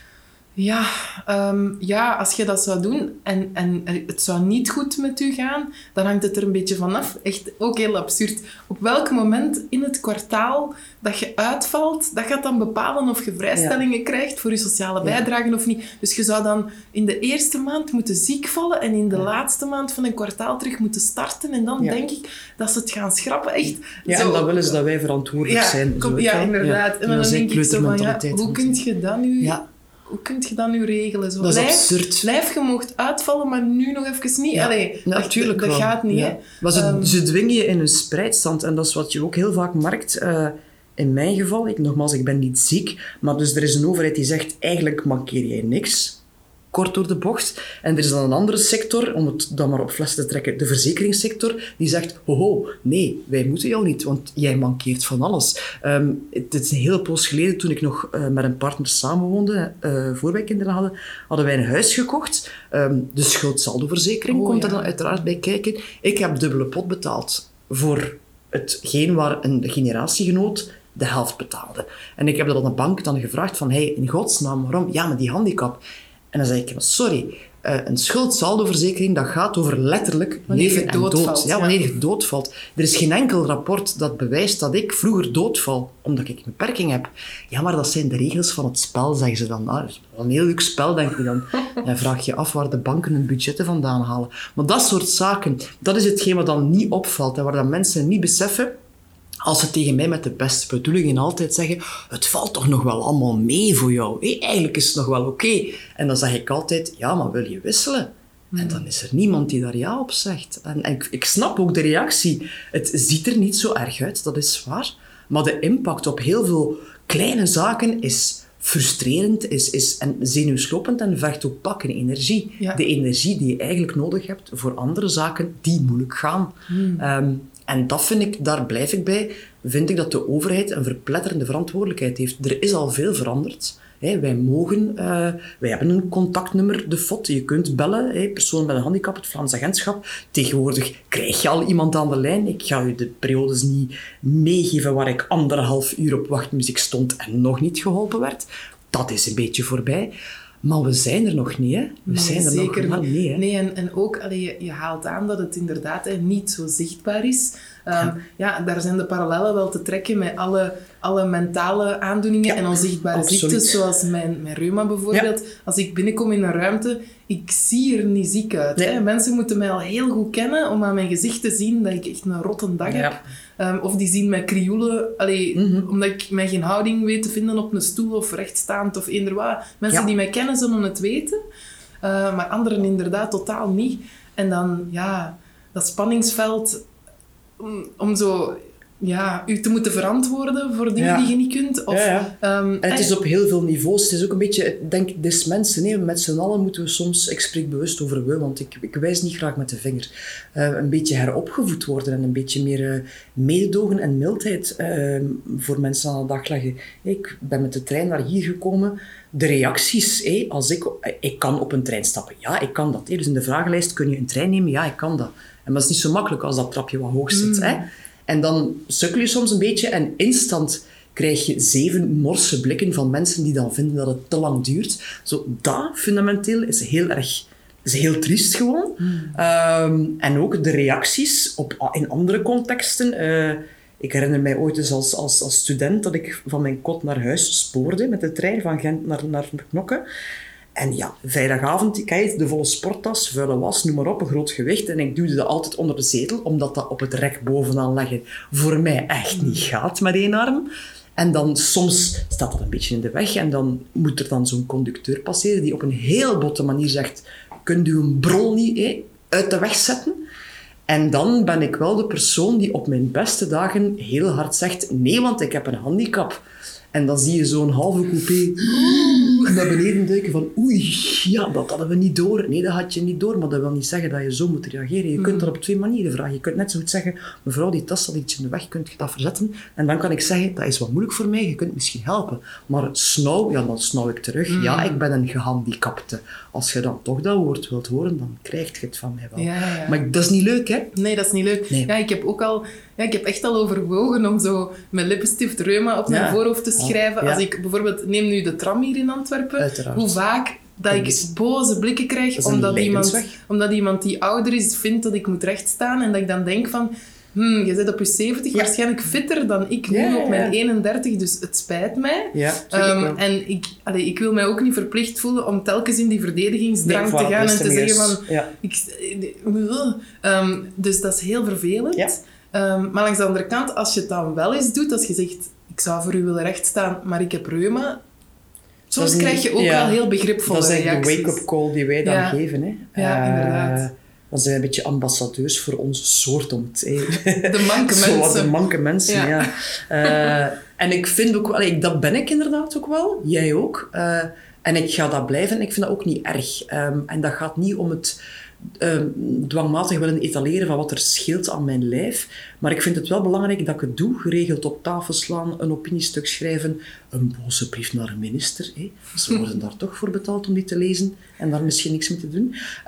ja, um, ja, als je dat zou doen en, en het zou niet goed met u gaan, dan hangt het er een beetje vanaf. Echt ook heel absurd. Op welk moment in het kwartaal dat je uitvalt, dat gaat dan bepalen of je vrijstellingen ja. krijgt voor je sociale bijdragen ja. of niet. Dus je zou dan in de eerste maand moeten ziek vallen en in de ja. laatste maand van een kwartaal terug moeten starten. En dan ja. denk ik dat ze het gaan schrappen. Echt, ja, zo. En dan willen ze dat wij verantwoordelijk ja, zijn. Kom, zo, ja, inderdaad. Ja. En dan, dan denk ik zo van, ja, hoe kun je dat nu... Ja. Hoe kun je dat nu regelen? Zo, dat is lijf, absurd. Lijf, je mocht uitvallen, maar nu nog even niet. Ja, Allee, natuurlijk dat, dat gaat niet. Ja. Hè? Maar ze, um, ze dwingen je in een spreidstand. En dat is wat je ook heel vaak merkt. Uh, in mijn geval, ik, nogmaals, ik ben niet ziek. Maar dus er is een overheid die zegt, eigenlijk mankeer jij niks. Kort door de bocht. En er is dan een andere sector, om het dan maar op fles te trekken, de verzekeringssector, die zegt, hoho, nee, wij moeten jou niet, want jij mankeert van alles. Um, het is een hele poos geleden, toen ik nog uh, met een partner samenwoonde, uh, voor wij kinderen hadden, hadden wij een huis gekocht. Um, de schuldsaldoverzekering oh, komt ja. er dan uiteraard bij kijken. Ik heb dubbele pot betaald voor hetgeen waar een generatiegenoot de helft betaalde. En ik heb dat aan de bank dan gevraagd van, hey, in godsnaam, waarom? Ja, maar die handicap... En dan zei ik, sorry, uh, een schuldsaldoverzekering, dat gaat over letterlijk wanneer leven en dood. Valt, ja, ja. wanneer je doodvalt. Er is geen enkel rapport dat bewijst dat ik vroeger doodval, omdat ik een beperking heb. Ja, maar dat zijn de regels van het spel, zeggen ze dan. Ah, dat is een heel leuk spel, denk je dan. En vraag je af waar de banken hun budgetten vandaan halen. Maar dat soort zaken, dat is hetgeen wat dan niet opvalt en waar dan mensen niet beseffen. Als ze tegen mij met de beste bedoelingen altijd zeggen, het valt toch nog wel allemaal mee voor jou. Hey, eigenlijk is het nog wel oké. Okay. En dan zeg ik altijd, ja, maar wil je wisselen? Mm. En dan is er niemand die daar ja op zegt. En, en ik, ik snap ook de reactie. Het ziet er niet zo erg uit, dat is waar. Maar de impact op heel veel kleine zaken is frustrerend is, is, en zenuwslopend en vergt ook pakken energie. Ja. De energie die je eigenlijk nodig hebt voor andere zaken die moeilijk gaan. Mm. Um, En dat vind ik, daar blijf ik bij, vind ik dat de overheid een verpletterende verantwoordelijkheid heeft. Er is al veel veranderd. Hey, wij mogen, uh, wij hebben een contactnummer, de F O T. Je kunt bellen, hey, persoon met een handicap, het Vlaams Agentschap. Tegenwoordig krijg je al iemand aan de lijn. Ik ga u de periodes niet meegeven waar ik anderhalf uur op wachtmuziek stond en nog niet geholpen werd. Dat is een beetje voorbij. Maar we zijn er nog niet, hè? We nee, zijn er zeker nog niet, hè? Nee, en, en ook, allee, je, je haalt aan dat het inderdaad hè, niet zo zichtbaar is. Um, ja. ja, daar zijn de parallellen wel te trekken met alle, alle mentale aandoeningen ja, en onzichtbare absoluut. ziektes, zoals mijn, mijn reuma bijvoorbeeld. Ja. Als ik binnenkom in een ruimte, ik zie er niet ziek uit. Nee. Hè? Mensen moeten mij al heel goed kennen om aan mijn gezicht te zien dat ik echt een rotte dag ja. heb. Um, of die zien mij krioelen, allee, mm-hmm. omdat ik mij geen houding weet te vinden op een stoel of rechtstaand of eender wat. Mensen ja. die mij kennen zullen het weten, uh, maar anderen inderdaad totaal niet. En dan, ja, dat spanningsveld om, om zo... Ja, u te moeten verantwoorden voor dingen ja. die je niet kunt. Of, ja, ja. Um, en het is op heel veel niveaus. Het is ook een beetje, ik denk, des mensen. Nee, met z'n allen moeten we soms, ik spreek bewust over we, want ik, ik wijs niet graag met de vinger, uh, een beetje heropgevoed worden en een beetje meer uh, mededogen en mildheid uh, voor mensen aan de dag leggen. Ik ben met de trein naar hier gekomen. De reacties, hey, als ik, ik kan op een trein stappen. Ja, ik kan dat. Hey. Dus in de vragenlijst, kun je een trein nemen? Ja, ik kan dat. En dat is niet zo makkelijk als dat trapje wat hoog zit. Mm. Hè. En dan sukkel je soms een beetje en instant krijg je zeven morse blikken van mensen die dan vinden dat het te lang duurt. Zo, dat fundamenteel is heel erg is heel triest gewoon. Mm. Um, en ook de reacties op, in andere contexten. Uh, ik herinner mij ooit eens als, als, als student dat ik van mijn kot naar huis spoorde met de trein van Gent naar, naar Knokke. En ja, vrijdagavond, kijk, de volle sporttas, vuile was, noem maar op, een groot gewicht. En ik duwde dat altijd onder de zetel, omdat dat op het rek bovenaan leggen voor mij echt niet gaat met één arm. En dan soms staat dat een beetje in de weg en dan moet er dan zo'n conducteur passeren die op een heel botte manier zegt, kunt u een brol niet hé, uit de weg zetten? En dan ben ik wel de persoon die op mijn beste dagen heel hard zegt, nee, want ik heb een handicap. En dan zie je zo'n halve coupé naar beneden duiken van oei, ja, dat hadden we niet door. Nee, dat had je niet door, maar dat wil niet zeggen dat je zo moet reageren. Je kunt dat op twee manieren vragen. Je kunt net zo goed zeggen, mevrouw, die tas staat iets in de weg, kunt je dat verzetten? En dan kan ik zeggen, dat is wat moeilijk voor mij, je kunt misschien helpen. Maar snauw, ja, dan snauw ik terug. Mm. Ja, ik ben een gehandicapte. Als je dan toch dat woord wilt horen, dan krijg je het van mij wel. Ja, ja. Maar dat is niet leuk, hè? Nee, dat is niet leuk. Nee. Ja, ik heb ook al... Ja, ik heb echt al overwogen om zo met lippenstift reuma op mijn ja. voorhoofd te schrijven. Ja. Als ik bijvoorbeeld, neem nu de tram hier in Antwerpen, Uiteraard. Hoe vaak dat ik boze blikken krijg omdat iemand, omdat iemand die ouder is vindt dat ik moet rechtstaan en dat ik dan denk van, hmm, je bent op je zeventig, ja. waarschijnlijk fitter dan ik nu ja, op mijn ja. eenendertig, dus het spijt mij. Ja, um, en ik, allee, ik wil mij ook niet verplicht voelen om telkens in die verdedigingsdrang nee, te gaan en te zeggen van... Ja. Ik, um, dus dat is heel vervelend. Ja. Um, maar langs de andere kant, als je het dan wel eens doet, als je zegt, ik zou voor u willen rechtstaan, maar ik heb reuma, soms niet, krijg je ook ja, wel heel begripvolle reacties. Dat is de wake-up call die wij dan ja. geven. Hè. Ja, uh, inderdaad. Dan zijn we een beetje ambassadeurs voor onze soort. Om het, de manke mensen. Zo, de manke mensen, ja. ja. Uh, en ik vind ook... Allee, dat ben ik inderdaad ook wel. Jij ook. Uh, en ik ga dat blijven. Ik vind dat ook niet erg. Um, en dat gaat niet om het... Uh, dwangmatig willen etaleren van wat er scheelt aan mijn lijf. Maar ik vind het wel belangrijk dat ik het doe. Geregeld op tafel slaan, een opiniestuk schrijven, een boze brief naar een minister. Hè. Ze worden daar toch voor betaald om die te lezen en daar misschien niks mee te doen.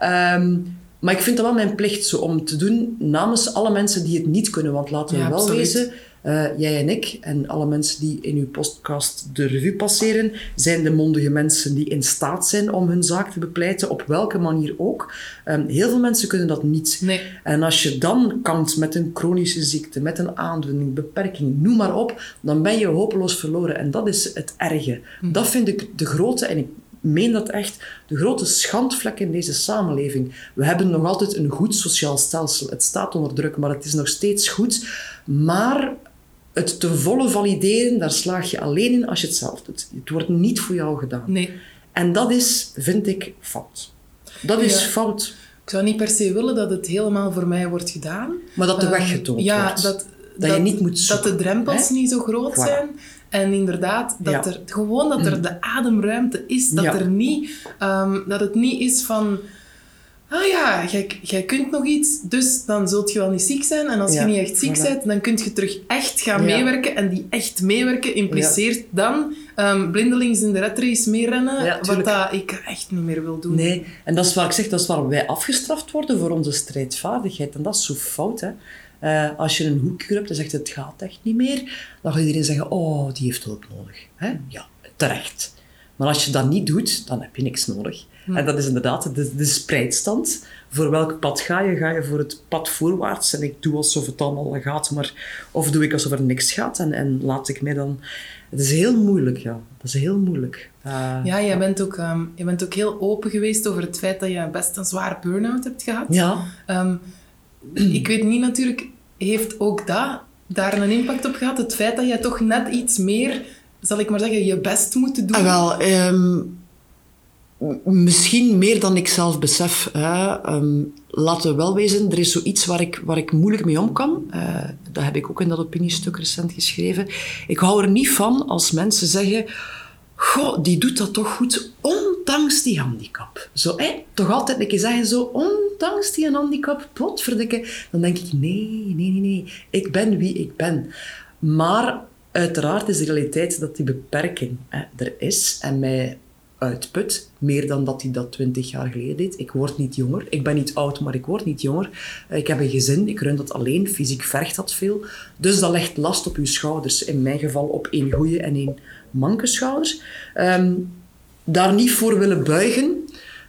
Um, maar ik vind dat wel mijn plicht zo, om te doen namens alle mensen die het niet kunnen. Want laten we ja, wel absoluut. wezen... Uh, jij en ik en alle mensen die in uw podcast de revue passeren, zijn de mondige mensen die in staat zijn om hun zaak te bepleiten, op welke manier ook. Um, heel veel mensen kunnen dat niet. Nee. En als je dan kampt met een chronische ziekte, met een aandoening, beperking, noem maar op, dan ben je hopeloos verloren. En dat is het erge. Hm. Dat vind ik de grote, en ik meen dat echt, de grote schandvlek in deze samenleving. We hebben nog altijd een goed sociaal stelsel. Het staat onder druk, maar het is nog steeds goed. Maar... het te volle valideren, daar slaag je alleen in als je het zelf doet. Het wordt niet voor jou gedaan. Nee. En dat is, vind ik, fout. Dat is ja. fout. Ik zou niet per se willen dat het helemaal voor mij wordt gedaan. Maar dat de weg getoond uh, ja, wordt. Dat, dat, dat je niet moet zoeken. Dat de drempels hè? niet zo groot voilà. zijn. En inderdaad, dat ja. er, gewoon dat er de ademruimte is. Dat, ja. er niet, um, dat het niet is van... Ah ja, jij, jij kunt nog iets, dus dan zult je wel niet ziek zijn. En als ja, je niet echt ziek voilà. bent, dan kun je terug echt gaan ja. meewerken. En die echt meewerken impliceert ja. dan um, blindelings in de retrace meerennen, ja, wat dat ik echt niet meer wil doen. Nee, en dat is waar ik zeg, dat is waar wij afgestraft worden voor onze strijdvaardigheid. En dat is zo fout, hè. Uh, als je een hoekje hebt en zegt het gaat echt niet meer, dan gaat iedereen zeggen, oh, die heeft hulp nodig. Hè? Ja, terecht. Maar als je dat niet doet, dan heb je niks nodig. Hm. En dat is inderdaad de, de spreidstand. Voor welk pad ga je? Ga je voor het pad voorwaarts? En ik doe alsof het allemaal gaat, maar... Of doe ik alsof er niks gaat? En, en laat ik mij dan... Het is heel moeilijk, ja. Dat is heel moeilijk. Uh, ja, jij bent, ook, um, jij bent ook heel open geweest over het feit dat je best een zwaar burn-out hebt gehad. Ja. Um, ik weet niet natuurlijk... Heeft ook dat daar een impact op gehad? Het feit dat jij toch net iets meer... Zal ik maar zeggen, je best moeten doen? Ah, wel, um, misschien meer dan ik zelf besef. Hè. Um, laten we wel wezen, er is zoiets waar ik, waar ik moeilijk mee om kan. Uh, dat heb ik ook in dat opiniestuk recent geschreven. Ik hou er niet van als mensen zeggen... Goh, die doet dat toch goed, ondanks die handicap. Zo, hè? Toch altijd een keer zeggen zo, ondanks die handicap, potverdikke. Dan denk ik, nee, nee, nee, nee. Ik ben wie ik ben. Maar... Uiteraard is de realiteit dat die beperking hè, er is en mij uitput, meer dan dat hij dat twintig jaar geleden deed. Ik word niet jonger. Ik ben niet oud, maar ik word niet jonger. Ik heb een gezin, ik run dat alleen. Fysiek vergt dat veel. Dus dat legt last op uw schouders. In mijn geval op één goede en één manke schouders. Um, daar niet voor willen buigen.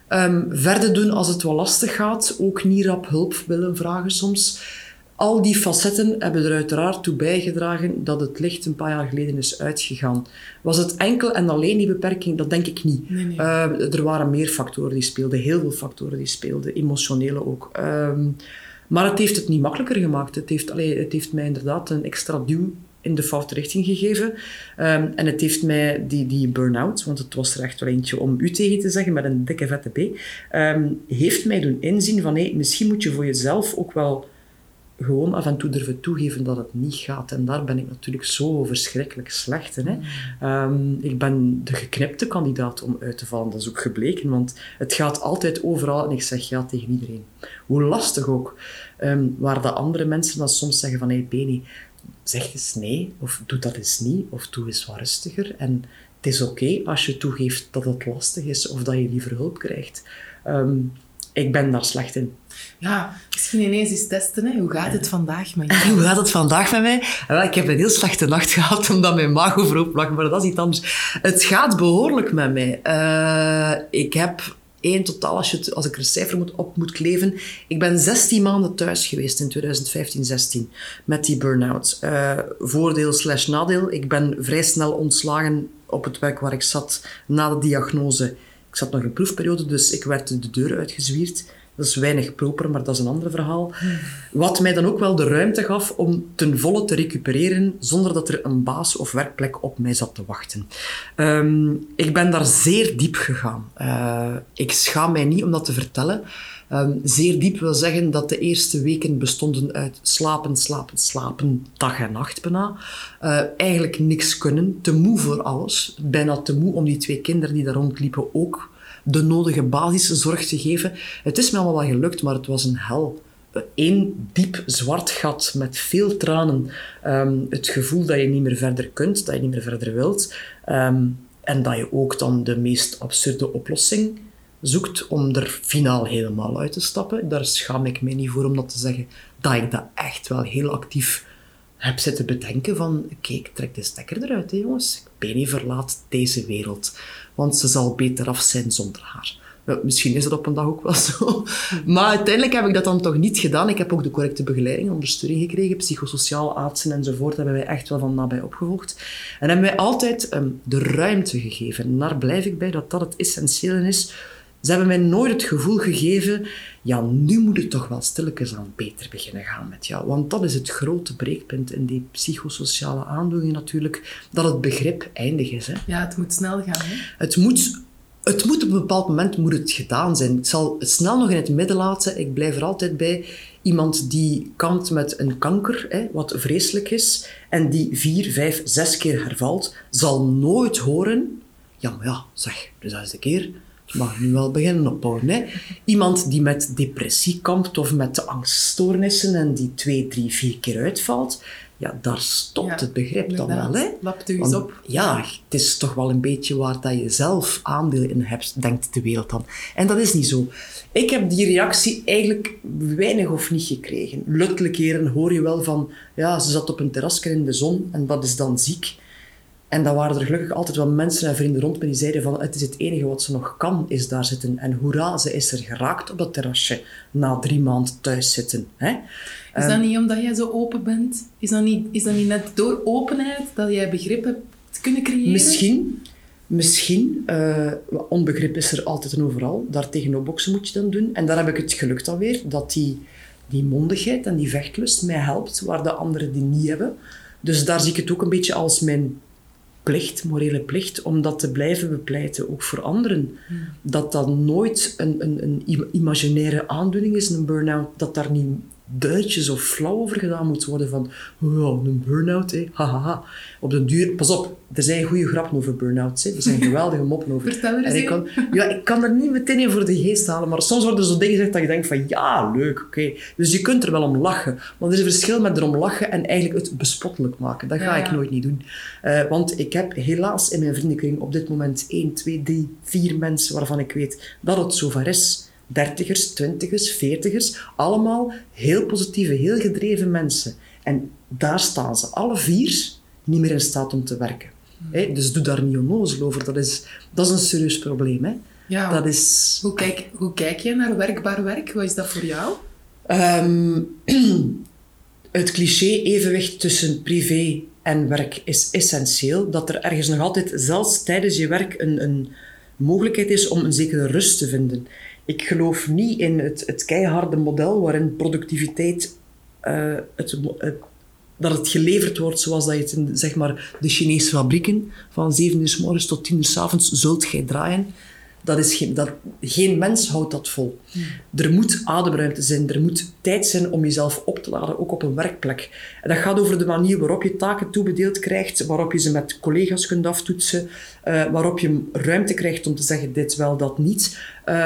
Um, verder doen als het wat lastig gaat. Ook niet rap hulp willen vragen soms. Al die facetten hebben er uiteraard toe bijgedragen dat het licht een paar jaar geleden is uitgegaan. Was het enkel en alleen die beperking? Dat denk ik niet. Nee, nee. Uh, er waren meer factoren die speelden. Heel veel factoren die speelden. Emotionele ook. Um, maar het heeft het niet makkelijker gemaakt. Het heeft, allee, het heeft mij inderdaad een extra duw in de foute richting gegeven. Um, en het heeft mij die, die burn-out, want het was er echt wel eentje om u tegen te zeggen, met een dikke vette B, um, heeft mij doen inzien van, hey, misschien moet je voor jezelf ook wel gewoon af en toe durven toegeven dat het niet gaat. En daar ben ik natuurlijk zo verschrikkelijk slecht in. Hè. Um, ik ben de geknipte kandidaat om uit te vallen. Dat is ook gebleken, want het gaat altijd overal en ik zeg ja tegen iedereen. Hoe lastig ook. Um, waar de andere mensen dan soms zeggen van, hé hey, Beni, zeg eens nee, of doe dat eens niet, of doe eens wat rustiger. En het is oké okay als je toegeeft dat het lastig is, of dat je liever hulp krijgt. Um, ik ben daar slecht in. Ja, misschien ineens eens testen. Hè. Hoe gaat het vandaag met jou? Hoe gaat het vandaag met mij? Ik heb een heel slechte nacht gehad, omdat mijn maag overhoop lag, maar dat is iets anders. Het gaat behoorlijk met mij. Uh, ik heb één totaal, als, je het, als ik er een cijfer moet, op moet kleven. Ik ben zestien maanden thuis geweest in twintig vijftien zestien met die burn-out. Uh, voordeel slash nadeel. Ik ben vrij snel ontslagen op het werk waar ik zat na de diagnose. Ik zat nog in proefperiode, dus ik werd de deur uitgezwierd. Dat is weinig proper, maar dat is een ander verhaal. Wat mij dan ook wel de ruimte gaf om ten volle te recupereren zonder dat er een baas of werkplek op mij zat te wachten. Um, ik ben daar zeer diep gegaan. Uh, ik schaam mij niet om dat te vertellen. Um, zeer diep wil zeggen dat de eerste weken bestonden uit slapen, slapen, slapen, dag en nacht bijna. Uh, eigenlijk niks kunnen, te moe voor alles. Bijna te moe om die twee kinderen die daar rondliepen ook de nodige basiszorg te geven. Het is me allemaal wel gelukt, maar het was een hel. Eén diep zwart gat met veel tranen. Um, het gevoel dat je niet meer verder kunt, dat je niet meer verder wilt. Um, en dat je ook dan de meest absurde oplossing zoekt om er finaal helemaal uit te stappen. Daar schaam ik mij niet voor om dat te zeggen. Dat ik dat echt wel heel actief heb zitten bedenken van, kijk, trek de stekker eruit, hè, jongens. Beni verlaat deze wereld, want ze zal beter af zijn zonder haar. Wel, misschien is dat op een dag ook wel zo. Maar uiteindelijk heb ik dat dan toch niet gedaan. Ik heb ook de correcte begeleiding, ondersteuning gekregen. Psychosociale artsen enzovoort hebben wij echt wel van nabij opgevolgd. En hebben wij altijd um, de ruimte gegeven. En daar blijf ik bij dat dat het essentiële is. Ze hebben mij nooit het gevoel gegeven, ja, nu moet het toch wel stilletjes aan beter beginnen gaan met jou. Want dat is het grote breekpunt in die psychosociale aandoeningen natuurlijk, dat het begrip eindig is. Hè. Ja, het moet snel gaan. Hè? Het moet, het moet op een bepaald moment moet het gedaan zijn. Ik zal het snel nog in het midden laten. Ik blijf er altijd bij. Iemand die kampt met een kanker, hè, wat vreselijk is, en die vier, vijf, zes keer hervalt, zal nooit horen, ja, maar ja, zeg, de zesde keer, het mag nu wel beginnen opbouwen. Hè. Iemand die met depressie kampt of met angststoornissen en die twee, drie, vier keer uitvalt, ja, daar stopt ja, het begrip dan wel. Hè. Lapt u eens op. Ja, het is toch wel een beetje waar dat je zelf aandeel in hebt, denkt de wereld dan. En dat is niet zo. Ik heb die reactie eigenlijk weinig of niet gekregen. Luttele keren hoor je wel van, ja, ze zat op een terrasje in de zon en dat is dan ziek. En dan waren er gelukkig altijd wel mensen en vrienden rond me die zeiden van, het is het enige wat ze nog kan, is daar zitten. En hoera, ze is er geraakt op dat terrasje na drie maanden thuis zitten. Hè? Is dat um, niet omdat jij zo open bent? Is dat niet, is dat niet net door openheid dat jij begrip hebt kunnen creëren? Misschien. Misschien. Uh, onbegrip is er altijd en overal. Daartegen boksen moet je dan doen. En daar heb ik het geluk dan weer, dat die, die mondigheid en die vechtlust mij helpt, waar de anderen die niet hebben. Dus daar zie ik het ook een beetje als mijn plicht, morele plicht, om dat te blijven bepleiten, ook voor anderen. Hmm. Dat dat nooit een, een, een imaginaire aandoening is, een burn-out, dat daar niet duitjes of flauw over gedaan moet worden van, oh, een burn-out, hé, hahaha. Op de duur, pas op, er zijn goede grappen over burn-outs, hè. Er zijn geweldige moppen over. Vertel er eens. En ik kan, ja, ik kan er niet meteen in voor de geest halen, maar soms worden er zo dingen gezegd dat je denkt van, ja, leuk, oké. Okay. Dus je kunt er wel om lachen. Maar er is een verschil met erom lachen en eigenlijk het bespottelijk maken. Dat ga ja, ik nooit niet doen. Uh, want ik heb helaas in mijn vriendenkring op dit moment één, twee, drie, vier mensen waarvan ik weet dat het zover is. Dertigers, twintigers, veertigers, allemaal heel positieve, heel gedreven mensen. En daar staan ze, alle vier, niet meer in staat om te werken. Mm. He, dus doe daar niet onnozel over. Dat is, dat is een serieus probleem. Hè. Ja, dat is... Hoe kijk, hoe kijk jij naar werkbaar werk? Wat is dat voor jou? Um, het cliché-evenwicht tussen privé en werk is essentieel. Dat er ergens nog altijd, zelfs tijdens je werk, een, een mogelijkheid is om een zekere rust te vinden. Ik geloof niet in het, het keiharde model waarin productiviteit, uh, het, het, dat het geleverd wordt zoals dat je het in, zeg maar, de Chinese fabrieken van zeven uur 's morgens tot tien uur 's avonds zult gij draaien. Dat is geen, dat, geen mens houdt dat vol. Hmm. Er moet ademruimte zijn, er moet tijd zijn om jezelf op te laden, ook op een werkplek. En dat gaat over de manier waarop je taken toebedeeld krijgt, waarop je ze met collega's kunt aftoetsen, uh, waarop je ruimte krijgt om te zeggen dit wel, dat niet.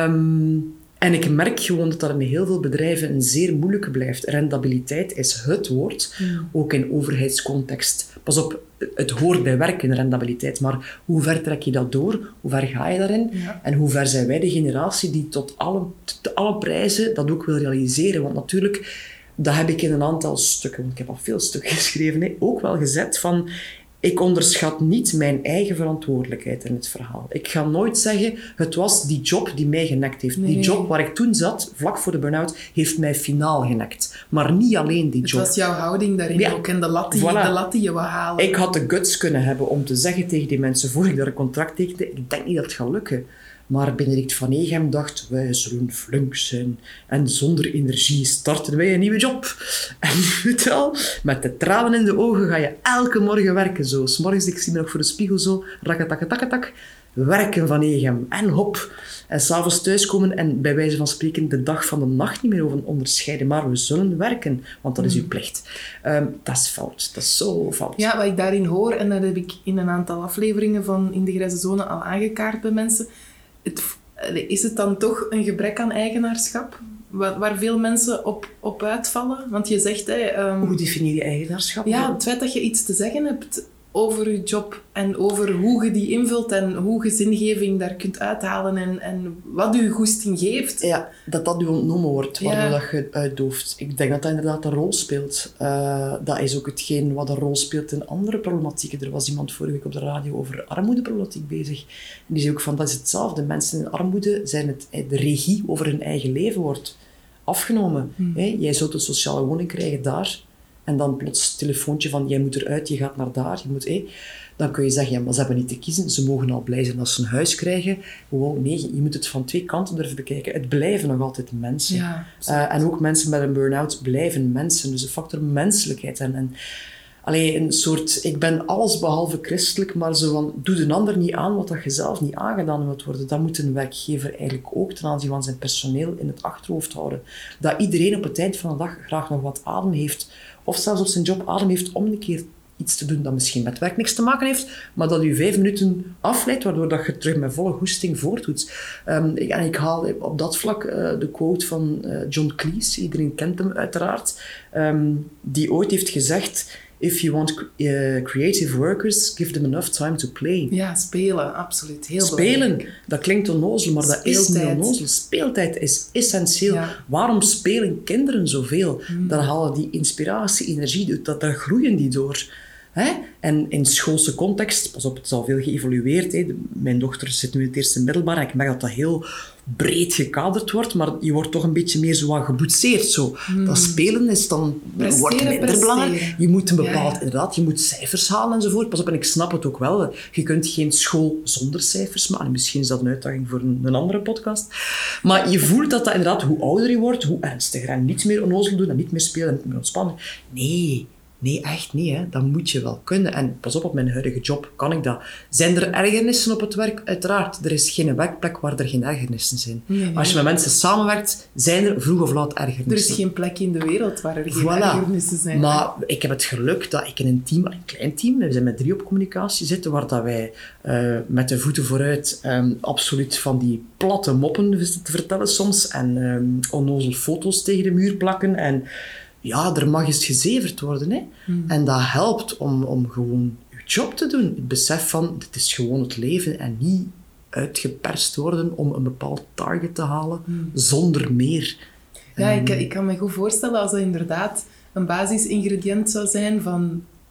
Um, en ik merk gewoon dat dat in heel veel bedrijven een zeer moeilijke blijft. Rendabiliteit is het woord, hmm. ook in overheidscontext. Pas op, het hoort bij werk in rendabiliteit, maar hoe ver trek je dat door? Hoe ver ga je daarin? Ja. En hoe ver zijn wij de generatie die tot alle, tot alle prijzen dat ook wil realiseren? Want natuurlijk, dat heb ik in een aantal stukken, want ik heb al veel stukken geschreven, hè, ook wel gezet van... Ik onderschat niet mijn eigen verantwoordelijkheid in het verhaal. Ik ga nooit zeggen, het was die job die mij genekt heeft. Nee. Die job waar ik toen zat, vlak voor de burn-out, heeft mij finaal genekt. Maar niet alleen die het job. Het was jouw houding daarin ja. ook en de lat die, voilà. de lat die je wou halen. Ik had de guts kunnen hebben om te zeggen tegen die mensen, voor ik daar een contract tekende, ik denk niet dat het gaat lukken. Maar Benedict van Eghem dacht, wij zullen flink zijn. En zonder energie starten wij een nieuwe job. En weet je wel, met de tranen in de ogen ga je elke morgen werken zo. 's Morgens, ik zie me nog voor de spiegel zo, rakketakketakketak, werken van Eghem. En hop. En 's avonds thuiskomen en bij wijze van spreken de dag van de nacht niet meer over onderscheiden. Maar we zullen werken, want dat is uw plicht. Um, dat is fout. Dat is zo fout. Ja, wat ik daarin hoor, en dat heb ik in een aantal afleveringen van In de Grijze Zone al aangekaart bij mensen... Het, is het dan toch een gebrek aan eigenaarschap? Waar, waar veel mensen op, op uitvallen? Want je zegt... Hè, um, hoe definieer je eigenaarschap? Ja, het feit dat je iets te zeggen hebt over je job en over hoe je die invult en hoe je zingeving daar kunt uithalen en, en wat je goesting geeft. Ja, dat dat je ontnomen wordt, waardoor ja. dat je het uitdooft. Ik denk dat dat inderdaad een rol speelt. Uh, dat is ook hetgeen wat een rol speelt in andere problematieken. Er was iemand vorige week op de radio over armoedeproblematiek bezig. En die zei ook van, dat is hetzelfde. Mensen in armoede zijn het, de regie over hun eigen leven wordt afgenomen. Hmm. Hey, jij zult een sociale woning krijgen daar. En dan plots een telefoontje van, jij moet eruit, je gaat naar daar. Je moet, hey. Dan kun je zeggen, ja, maar ze hebben niet te kiezen. Ze mogen al blij zijn als ze een huis krijgen. Wow, nee, je moet het van twee kanten durven bekijken. Het blijven nog altijd mensen. Ja, uh, en ook mensen met een burn-out blijven mensen. Dus de factor menselijkheid. En, en allee, een soort, ik ben allesbehalve christelijk, maar zo van, doe de ander niet aan wat dat je zelf niet aangedaan wilt worden. Dat moet een werkgever eigenlijk ook ten aanzien van zijn personeel in het achterhoofd houden. Dat iedereen op het eind van de dag graag nog wat adem heeft. Of zelfs op zijn job adem heeft om een keer iets te doen dat misschien met werk niks te maken heeft, maar dat u vijf minuten afleidt, waardoor dat je terug met volle goesting voortdoet. Um, en ik haal op dat vlak uh, de quote van uh, John Cleese, iedereen kent hem uiteraard, um, die ooit heeft gezegd: If you want uh, creative workers, give them enough time to play. Ja, spelen, absoluut. Heel spelen, belangrijk. Dat klinkt onnozel, maar Speeltijd. Dat is niet onnozel. Speeltijd is essentieel. Ja. Waarom spelen kinderen zoveel? Hmm. Daar halen die inspiratie, energie, dat, daar groeien die door. Hè? En in schoolse context, pas op, het is al veel geëvolueerd. Hè. Mijn dochter zit nu in het eerste middelbaar en ik merk dat dat heel breed gekaderd wordt, maar je wordt toch een beetje meer zo wat geboetseerd. Zo. Hmm. Dat spelen is dan presteren, wordt minder presteren. belangrijk. Je moet een bepaald, ja. inderdaad, je moet cijfers halen enzovoort. Pas op, en ik snap het ook wel. Je kunt geen school zonder cijfers maken. Misschien is dat een uitdaging voor een, een andere podcast. Maar je voelt dat dat inderdaad, hoe ouder je wordt, hoe ernstiger. En niet meer onnozel doen en niet meer spelen en niet meer ontspannen. Nee. Nee, echt niet. Hè. Dat moet je wel kunnen. En pas op, op mijn huidige job kan ik dat. Zijn er ergernissen op het werk? Uiteraard. Er is geen werkplek waar er geen ergernissen zijn. Nee, nee. Als je met mensen samenwerkt, zijn er vroeg of laat ergernissen. Er is geen plek in de wereld waar er geen voilà. ergernissen zijn. Maar ik heb het geluk dat ik in een team, een klein team, we zijn met drie op communicatie zitten, waar dat wij uh, met de voeten vooruit um, absoluut van die platte moppen te vertellen soms en um, onnozel foto's tegen de muur plakken en ja, er mag eens gezeverd worden. Hè? Hmm. En dat helpt om, om gewoon je job te doen. Het besef van, dit is gewoon het leven en niet uitgeperst worden om een bepaald target te halen, hmm. zonder meer. Ja, um, ik, ik kan me goed voorstellen als dat inderdaad een basisingrediënt zou zijn van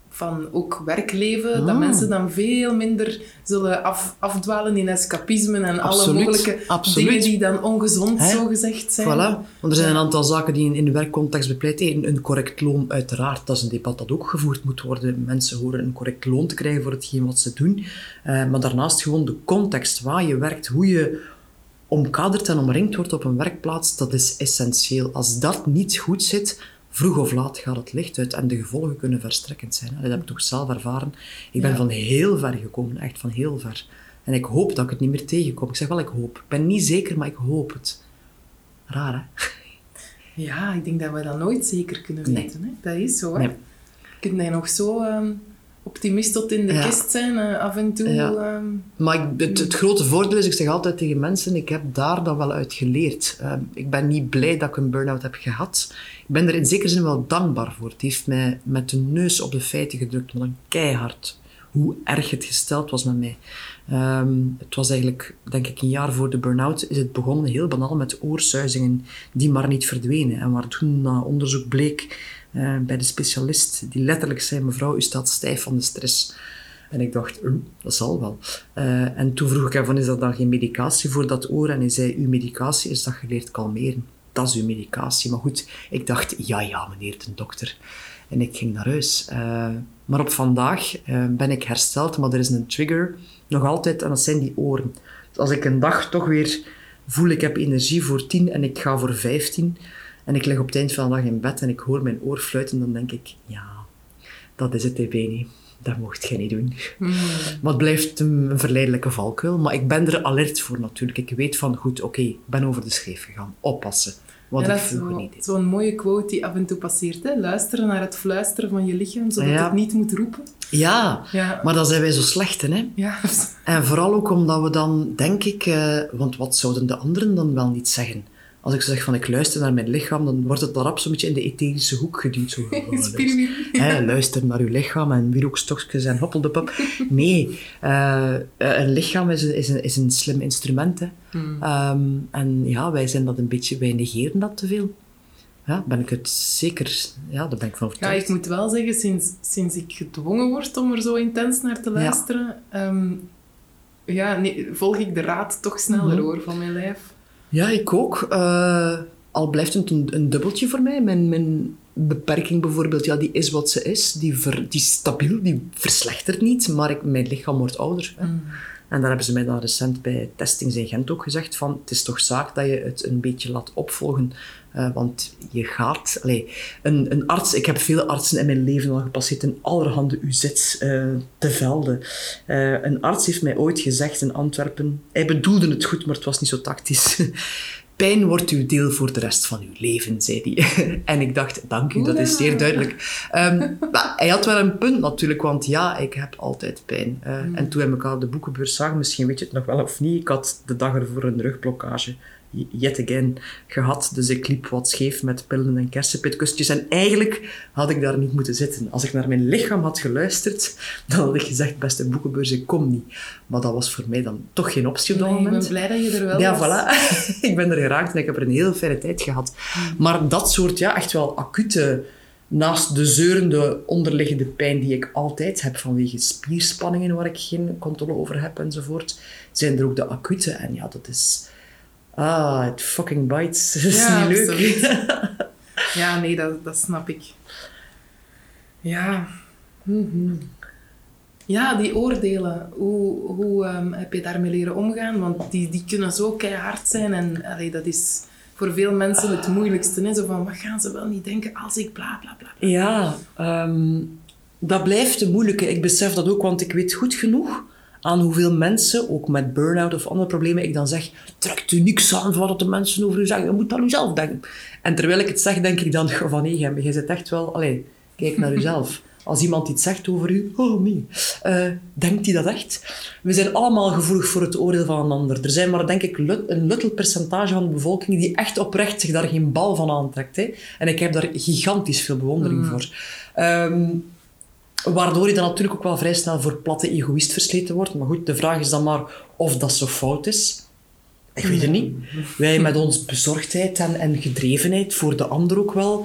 van ook werkleven, Mm. dat mensen dan veel minder zullen af, afdwalen in escapismen en Absoluut, alle mogelijke absoluut. dingen die dan ongezond, Hè? zogezegd zijn. Voilà. Want er zijn een aantal zaken die in, in de werkcontext bepleit. Een, een correct loon, uiteraard. Dat is een debat dat ook gevoerd moet worden. Mensen horen een correct loon te krijgen voor hetgeen wat ze doen. Uh, maar daarnaast gewoon de context waar je werkt, hoe je omkaderd en omringd wordt op een werkplaats, dat is essentieel. Als dat niet goed zit, vroeg of laat gaat het licht uit en de gevolgen kunnen verstrekkend zijn. Dat heb ik toch zelf ervaren. Ik ben Ja. van heel ver gekomen, echt van heel ver. En ik hoop dat ik het niet meer tegenkom. Ik zeg wel, ik hoop. Ik ben niet zeker, maar ik hoop het. Raar, hè? Ja, ik denk dat we dat nooit zeker kunnen Nee. weten. Hè? Dat is zo, hè? Nee. Kun je nog zo um, optimist tot in de Ja. kist zijn, uh, af en toe? Ja. Um, Maar ik, het, het grote voordeel is, ik zeg altijd tegen mensen, ik heb daar dan wel uit geleerd. Uh, ik ben niet blij dat ik een burn-out heb gehad. Ik ben er in zekere zin wel dankbaar voor. Het heeft mij met de neus op de feiten gedrukt, maar dan keihard. Hoe erg het gesteld was met mij. Um, het was eigenlijk, denk ik, een jaar voor de burn-out is het begonnen heel banaal met oorsuizingen die maar niet verdwenen. En waar toen na onderzoek bleek uh, bij de specialist, die letterlijk zei, mevrouw, u staat stijf van de stress. En ik dacht, uh, dat zal wel. Uh, en toen vroeg ik hem, van, is er dan geen medicatie voor dat oor? En hij zei, uw medicatie is dat je leert kalmeren. Dat is uw medicatie. Maar goed, ik dacht, ja, ja, meneer de dokter. En ik ging naar huis. Uh, maar op vandaag uh, ben ik hersteld, maar er is een trigger nog altijd, en dat zijn die oren. Dus als ik een dag toch weer voel, ik heb energie voor tien en ik ga voor vijftien, en ik lig op het eind van de dag in bed en ik hoor mijn oor fluiten, dan denk ik, ja, dat is het, hè, Beni. Dat mocht je niet doen. mm. Maar het blijft een verleidelijke valkuil. Maar ik ben er alert voor natuurlijk. Ik weet van, goed, oké, okay, ik ben over de schreef gegaan. Oppassen. Wat Ja, ik dat is vroeger zo, niet deed. zo'n mooie quote die af en toe passeert. Hè? Luisteren naar het fluisteren van je lichaam, zodat Ja. het niet moet roepen. Ja, Ja. maar dan zijn wij zo slecht in, hè. Ja. En vooral ook omdat we dan, denk ik... Uh, want wat zouden de anderen dan wel niet zeggen? Als ik zeg van, ik luister naar mijn lichaam, dan wordt het daarop zo'n beetje in de etherische hoek geduwd. Zo, oh, luister, hè, luister naar uw lichaam en wierookstokjes en hoppeldepup. Nee, uh, een lichaam is een, is een, is een slim instrument. Hè. Mm. Um, en ja, wij zijn dat een beetje... Wij negeren dat te veel. Ja, ben ik het zeker... Ja, daar ben ik van Ja, overtuigd. ik moet wel zeggen, sinds, sinds ik gedwongen word om er zo intens naar te luisteren, ja, um, ja nee, volg ik de raad toch sneller, mm-hmm, hoor, van mijn lijf. Ja, ik ook. Uh, al blijft het een, een dubbeltje voor mij. Mijn, mijn beperking bijvoorbeeld, ja, die is wat ze is. Die, ver, die is stabiel, die verslechtert niet, maar ik, mijn lichaam wordt ouder. Hè. Mm. En daar hebben ze mij dan recent bij testings in Gent ook gezegd van, het is toch zaak dat je het een beetje laat opvolgen. Uh, want je gaat... Allee, een, een arts... Ik heb veel artsen in mijn leven al gepasseerd in allerhande U Z's uh, te velden. Uh, een arts heeft mij ooit gezegd in Antwerpen... Hij bedoelde het goed, maar het was niet zo tactisch. Pijn wordt uw deel voor de rest van uw leven, zei hij. En ik dacht, dank u, dat is zeer duidelijk. Um, maar hij had wel een punt natuurlijk, want ja, ik heb altijd pijn. Uh, mm. En toen we elkaar op de boekenbeurs zagen, misschien weet je het nog wel of niet, ik had de dag ervoor een rugblokkage. Yet again gehad. Dus ik liep wat scheef met pillen en kersenpitkustjes. En eigenlijk had ik daar niet moeten zitten. Als ik naar mijn lichaam had geluisterd, dan had ik gezegd, beste boekenbeurs, ik kom niet. Maar dat was voor mij dan toch geen optie op dat nee, moment. Ik ben blij dat je er wel ja, was. Voilà. Ik ben er geraakt en ik heb er een heel fijne tijd gehad. Mm. Maar dat soort, ja, echt wel acute... Naast de zeurende onderliggende pijn die ik altijd heb vanwege spierspanningen waar ik geen controle over heb enzovoort, zijn er ook de acute. En ja, dat is... Ah, it fucking bites. Dat is ja, niet leuk. Ja, nee, dat, dat snap ik. Ja. Mm-hmm. Ja, die oordelen. Hoe, hoe um, heb je daarmee leren omgaan? Want die, die kunnen zo keihard zijn. En allee, dat is voor veel mensen het moeilijkste. Hè? Zo van, wat gaan ze wel niet denken als ik bla bla bla. Ja, um, dat blijft de moeilijke. Ik besef dat ook, want ik weet goed genoeg aan hoeveel mensen, ook met burn-out of andere problemen, ik dan zeg, trekt u niks aan van wat de mensen over u zeggen, je moet aan uzelf denken. En terwijl ik het zeg, denk ik dan van, nee, jij zit echt wel, allee, kijk naar uzelf. Als iemand iets zegt over u, oh nee, uh, denkt hij dat echt? We zijn allemaal gevoelig voor het oordeel van een ander. Er zijn maar, denk ik, een luttel percentage van de bevolking die echt oprecht zich daar geen bal van aantrekt. Hè? En ik heb daar gigantisch veel bewondering mm. voor. Um, Waardoor je dan natuurlijk ook wel vrij snel voor platte egoïst versleten wordt. Maar goed, de vraag is dan maar of dat zo fout is. Ik weet het niet. Wij met onze bezorgdheid en, en gedrevenheid voor de ander ook wel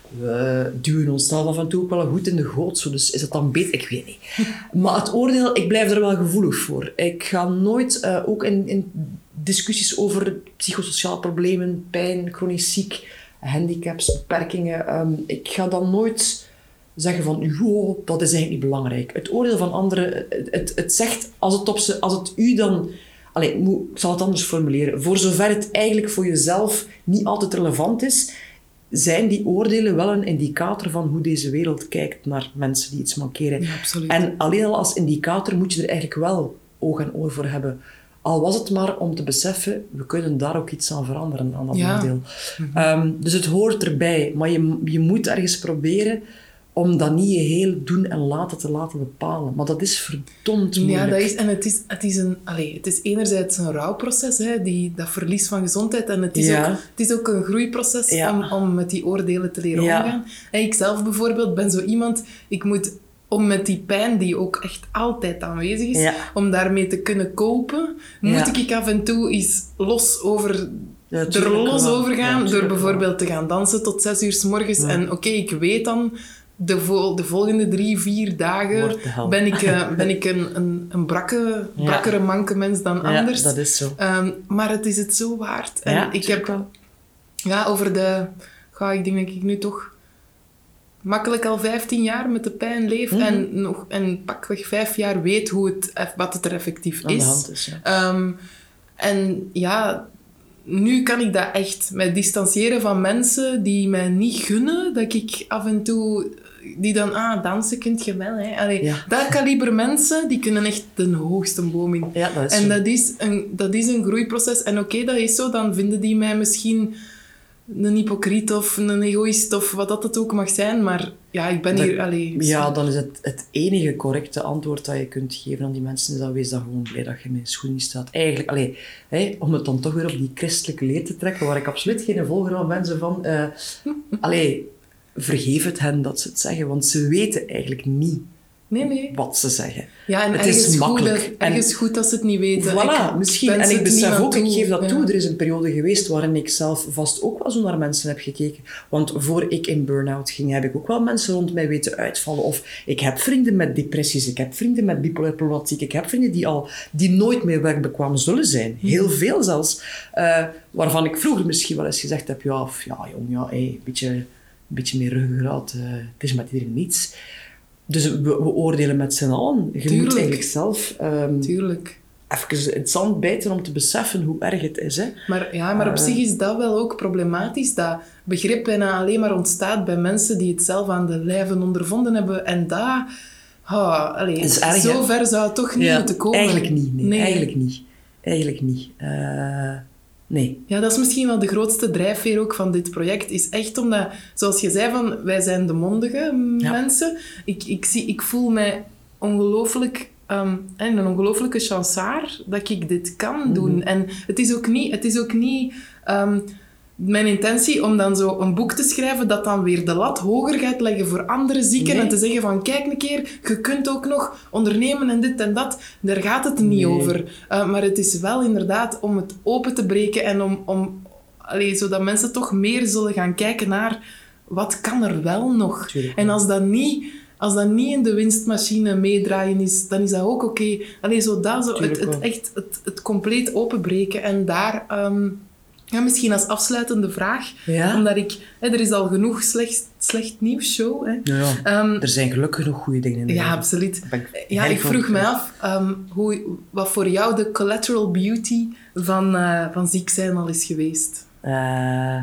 we duwen onszelf af en toe ook wel goed in de goot. Zo. Dus is het dan beter? Ik weet niet. Maar het oordeel, ik blijf er wel gevoelig voor. Ik ga nooit, uh, ook in, in discussies over psychosociale problemen, pijn, chronisch ziek, handicaps, beperkingen, um, ik ga dan nooit zeggen van, joh, dat is eigenlijk niet belangrijk. Het oordeel van anderen, het, het, het zegt, als het, op ze, als het u dan... Allee, ik zal het anders formuleren. Voor zover het eigenlijk voor jezelf niet altijd relevant is, zijn die oordelen wel een indicator van hoe deze wereld kijkt naar mensen die iets mankeren. Ja, absoluut. En alleen al als indicator moet je er eigenlijk wel oog en oor voor hebben. Al was het maar om te beseffen, we kunnen daar ook iets aan veranderen, aan dat ja. oordeel. Mm-hmm. Um, dus het hoort erbij, maar je, je moet ergens proberen om dat niet je heel doen en laten te laten bepalen. Maar dat is verdomd moeilijk. Ja, dat is, en het is, het is, een, allez, het is enerzijds een rouwproces, hè, die, dat verlies van gezondheid. En het is, ja. ook, het is ook een groeiproces ja. om, om met die oordelen te leren ja. omgaan. En ik zelf bijvoorbeeld ben zo iemand... Ik moet, om met die pijn, die ook echt altijd aanwezig is, ja. om daarmee te kunnen kopen, moet ja. ik af en toe eens los over... Ja, er los wel. over gaan, ja, door bijvoorbeeld wel. te gaan dansen tot zes uur 's morgens. Ja. En oké, okay, ik weet dan... De, vol, de volgende drie, vier dagen ben ik, uh, ben ik een, een, een brakke, ja. brakkere manke mens dan anders. Ja, dat is zo. Um, maar het is het zo waard. En ja, ik heb wel. Ja, over de... Ga ik denk dat ik nu toch makkelijk al vijftien jaar met de pijn leef mm-hmm. en, nog, en pakweg vijf jaar weet hoe het, wat het er effectief Aan is. de hand is ja. Um, en ja... Nu kan ik dat echt mij distancieren van mensen die mij niet gunnen. Dat ik af en toe... Die dan, ah, dansen kunt je wel. Hè. Allee, ja. Dat kaliber mensen, die kunnen echt de hoogste boom in. Ja, dat is en zo. dat is, een, dat is een groeiproces. En oké, okay, dat is zo. Dan vinden die mij misschien een hypocriet of een egoïst of wat dat het ook mag zijn. Maar ja, ik ben dat, hier... Allee, ja, dan is het het enige correcte antwoord dat je kunt geven aan die mensen, is dat wees dan gewoon blij dat je met je schoen niet staat. Eigenlijk, allee, hè, om het dan toch weer op die christelijke leer te trekken, waar ik absoluut geen volger van mensen van... Uh, allee, vergeef het hen dat ze het zeggen, want ze weten eigenlijk niet nee, nee. wat ze zeggen. Ja, en het ergens is makkelijk. Goed, ergens goed dat ze het niet weten. Voilà, ik misschien. En ik besef ook, ik geef dat ja. toe. Er is een periode geweest waarin ik zelf vast ook wel zo naar mensen heb gekeken. Want voor ik in burn-out ging, heb ik ook wel mensen rond mij weten uitvallen. Of ik heb vrienden met depressies, ik heb vrienden met bipolaire problematiek, ik heb vrienden die al die nooit meer werkbekwaam zullen zijn. Heel veel zelfs. Uh, waarvan ik vroeger misschien wel eens gezegd heb, ja, of, ja jong, ja, hey, een beetje, een beetje meer ruggengraat, uh, het is met iedereen niets. Dus we, we oordelen met z'n allen. Je Tuurlijk. moet eigenlijk zelf um, Tuurlijk. even het zand bijten om te beseffen hoe erg het is. Hè. Maar, ja, maar op uh, zich is dat wel ook problematisch. Dat begrip bijna alleen maar ontstaat bij mensen die het zelf aan de lijve ondervonden hebben. En dat... Oh, allez, is erg, zo hè? ver zou het toch niet ja, moeten komen. Eigenlijk niet. Nee, nee. Eigenlijk niet. Eigenlijk niet. Uh, nee. Ja, dat is misschien wel de grootste drijfveer ook van dit project. Is echt omdat, zoals je zei, van, wij zijn de mondige ja. mensen. Ik, ik, zie, ik voel mij ongelooflijk... Um, een ongelooflijke chansaar dat ik dit kan doen. Mm-hmm. En het is ook niet... Het is ook niet um, mijn intentie om dan zo een boek te schrijven dat dan weer de lat hoger gaat leggen voor andere zieken nee. en te zeggen van kijk een keer, je kunt ook nog ondernemen en dit en dat. Daar gaat het niet nee. over. Uh, maar het is wel inderdaad om het open te breken en om... om allee, zodat mensen toch meer zullen gaan kijken naar wat kan er wel nog. Tuurlijk. En als dat niet... Als dat niet in de winstmachine meedraaien is, dan is dat ook oké. Okay. Allee, zo dat, zo het, het, echt, het, het compleet openbreken. En daar, um, ja, misschien als afsluitende vraag, ja? omdat ik... Hè, er is al genoeg slecht, slecht nieuws show. Hè. Ja, ja. Um, er zijn gelukkig nog goede dingen in de Ja, wereld. absoluut. Ik ja, ik vroeg me af, um, hoe, wat voor jou de collateral beauty van, uh, van ziek zijn al is geweest. Uh,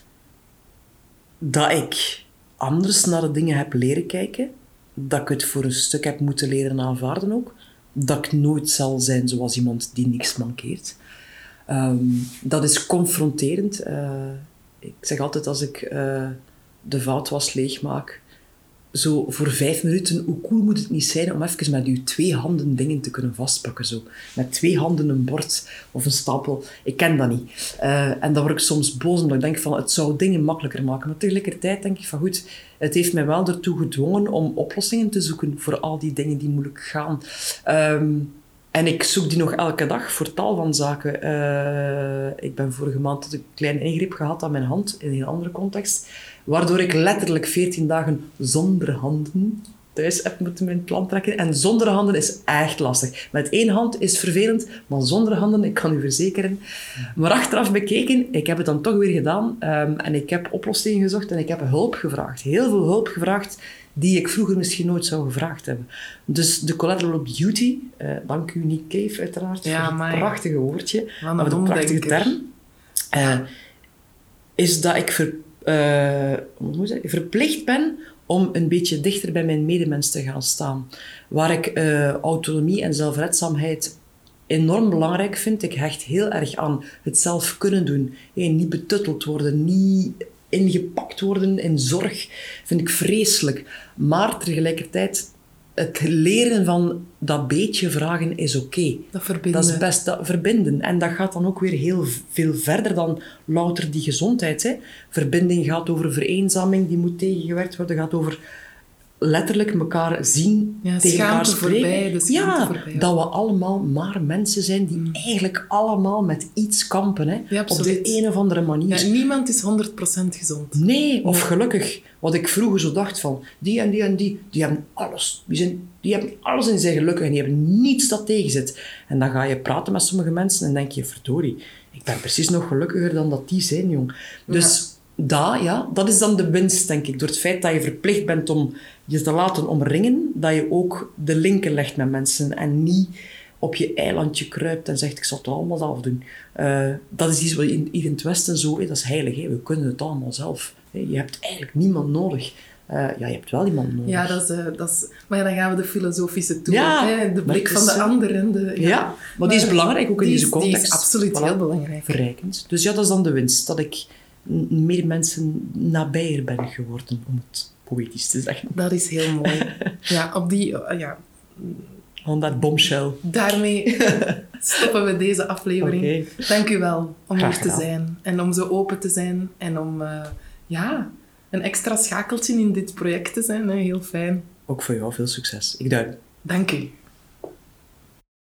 dat ik anders naar de dingen heb leren kijken. Dat ik het voor een stuk heb moeten leren aanvaarden ook. Dat ik nooit zal zijn zoals iemand die niks mankeert. Um, dat is confronterend. Uh, ik zeg altijd als ik uh, de vaatwas leegmaak, zo voor vijf minuten, hoe cool moet het niet zijn om even met je twee handen dingen te kunnen vastpakken. Zo. Met twee handen een bord of een stapel. Ik ken dat niet. Uh, en dan word ik soms boos omdat ik denk van het zou dingen makkelijker maken. Maar tegelijkertijd denk ik van goed, het heeft mij wel ertoe gedwongen om oplossingen te zoeken voor al die dingen die moeilijk gaan. Um, En ik zoek die nog elke dag voor tal van zaken. Uh, ik ben vorige maand een kleine ingreep gehad aan mijn hand, in een heel andere context, waardoor ik letterlijk veertien dagen zonder handen thuis heb moeten mijn plan trekken. En zonder handen is echt lastig. Met één hand is vervelend, maar zonder handen, ik kan u verzekeren. Maar achteraf bekeken, ik heb het dan toch weer gedaan. Um, en ik heb oplossingen gezocht en ik heb hulp gevraagd. Heel veel hulp gevraagd die ik vroeger misschien nooit zou gevraagd hebben. Dus de collateral beauty, uh, dank u Nick Cave uiteraard, ja, voor het prachtige woordje, maar de prachtige term, uh, is dat ik ver, uh, hoe moet ik zeggen, verplicht ben om een beetje dichter bij mijn medemens te gaan staan. Waar ik uh, autonomie en zelfredzaamheid enorm belangrijk vind. Ik hecht heel erg aan het zelf kunnen doen. Hey, niet betutteld worden, niet ingepakt worden in zorg, vind ik vreselijk. Maar tegelijkertijd, het leren van dat beetje vragen is oké. Okay. Dat verbinden. Dat is best dat verbinden. En dat gaat dan ook weer heel veel verder dan louter die gezondheid. Hè. Verbinding gaat over vereenzaming, die moet tegengewerkt worden. Gaat over letterlijk elkaar zien, ja, tegen elkaar spreken. Voorbij, de ja, voorbij, dat we allemaal maar mensen zijn die mm. eigenlijk allemaal met iets kampen. Hè, ja, op de een of andere manier. Ja, niemand is honderd procent gezond. Nee, of gelukkig. Wat ik vroeger zo dacht van, die en die en die, die hebben alles. Die, zijn, die hebben alles in zijn gelukkig en die hebben niets dat tegenzit. En dan ga je praten met sommige mensen en denk je, verdorie, ik ben precies nog gelukkiger dan dat die zijn, jong. Dus... Ja. Dat, ja, dat is dan de winst, denk ik. Door het feit dat je verplicht bent om je te laten omringen, dat je ook de linken legt met mensen en niet op je eilandje kruipt en zegt, ik zal het allemaal zelf doen. Uh, dat is iets wat in, hier in het Westen zo is, dat is heilig. Hè? We kunnen het allemaal zelf. Hè? Je hebt eigenlijk niemand nodig. Uh, ja, je hebt wel iemand nodig. Ja, dat is, uh, dat is... Maar ja, dan gaan we de filosofische toe. Ja, hè? De blik van de uh, ander. En de, ja. ja, maar die is belangrijk ook in die deze is, context. Die is absoluut voilà. heel belangrijk. Verrijkend. Dus ja, dat is dan de winst. Dat ik meer mensen nabijer ben geworden, om het poëtisch te zeggen. Dat is heel mooi. Ja, op die... Uh, ja. On that bombshell. Daarmee stoppen we deze aflevering. Okay. Dank u wel om hier te zijn. En om zo open te zijn. En om uh, ja, een extra schakeltje in dit project te zijn. Hè. Heel fijn. Ook voor jou veel succes. Ik duim. Dank u.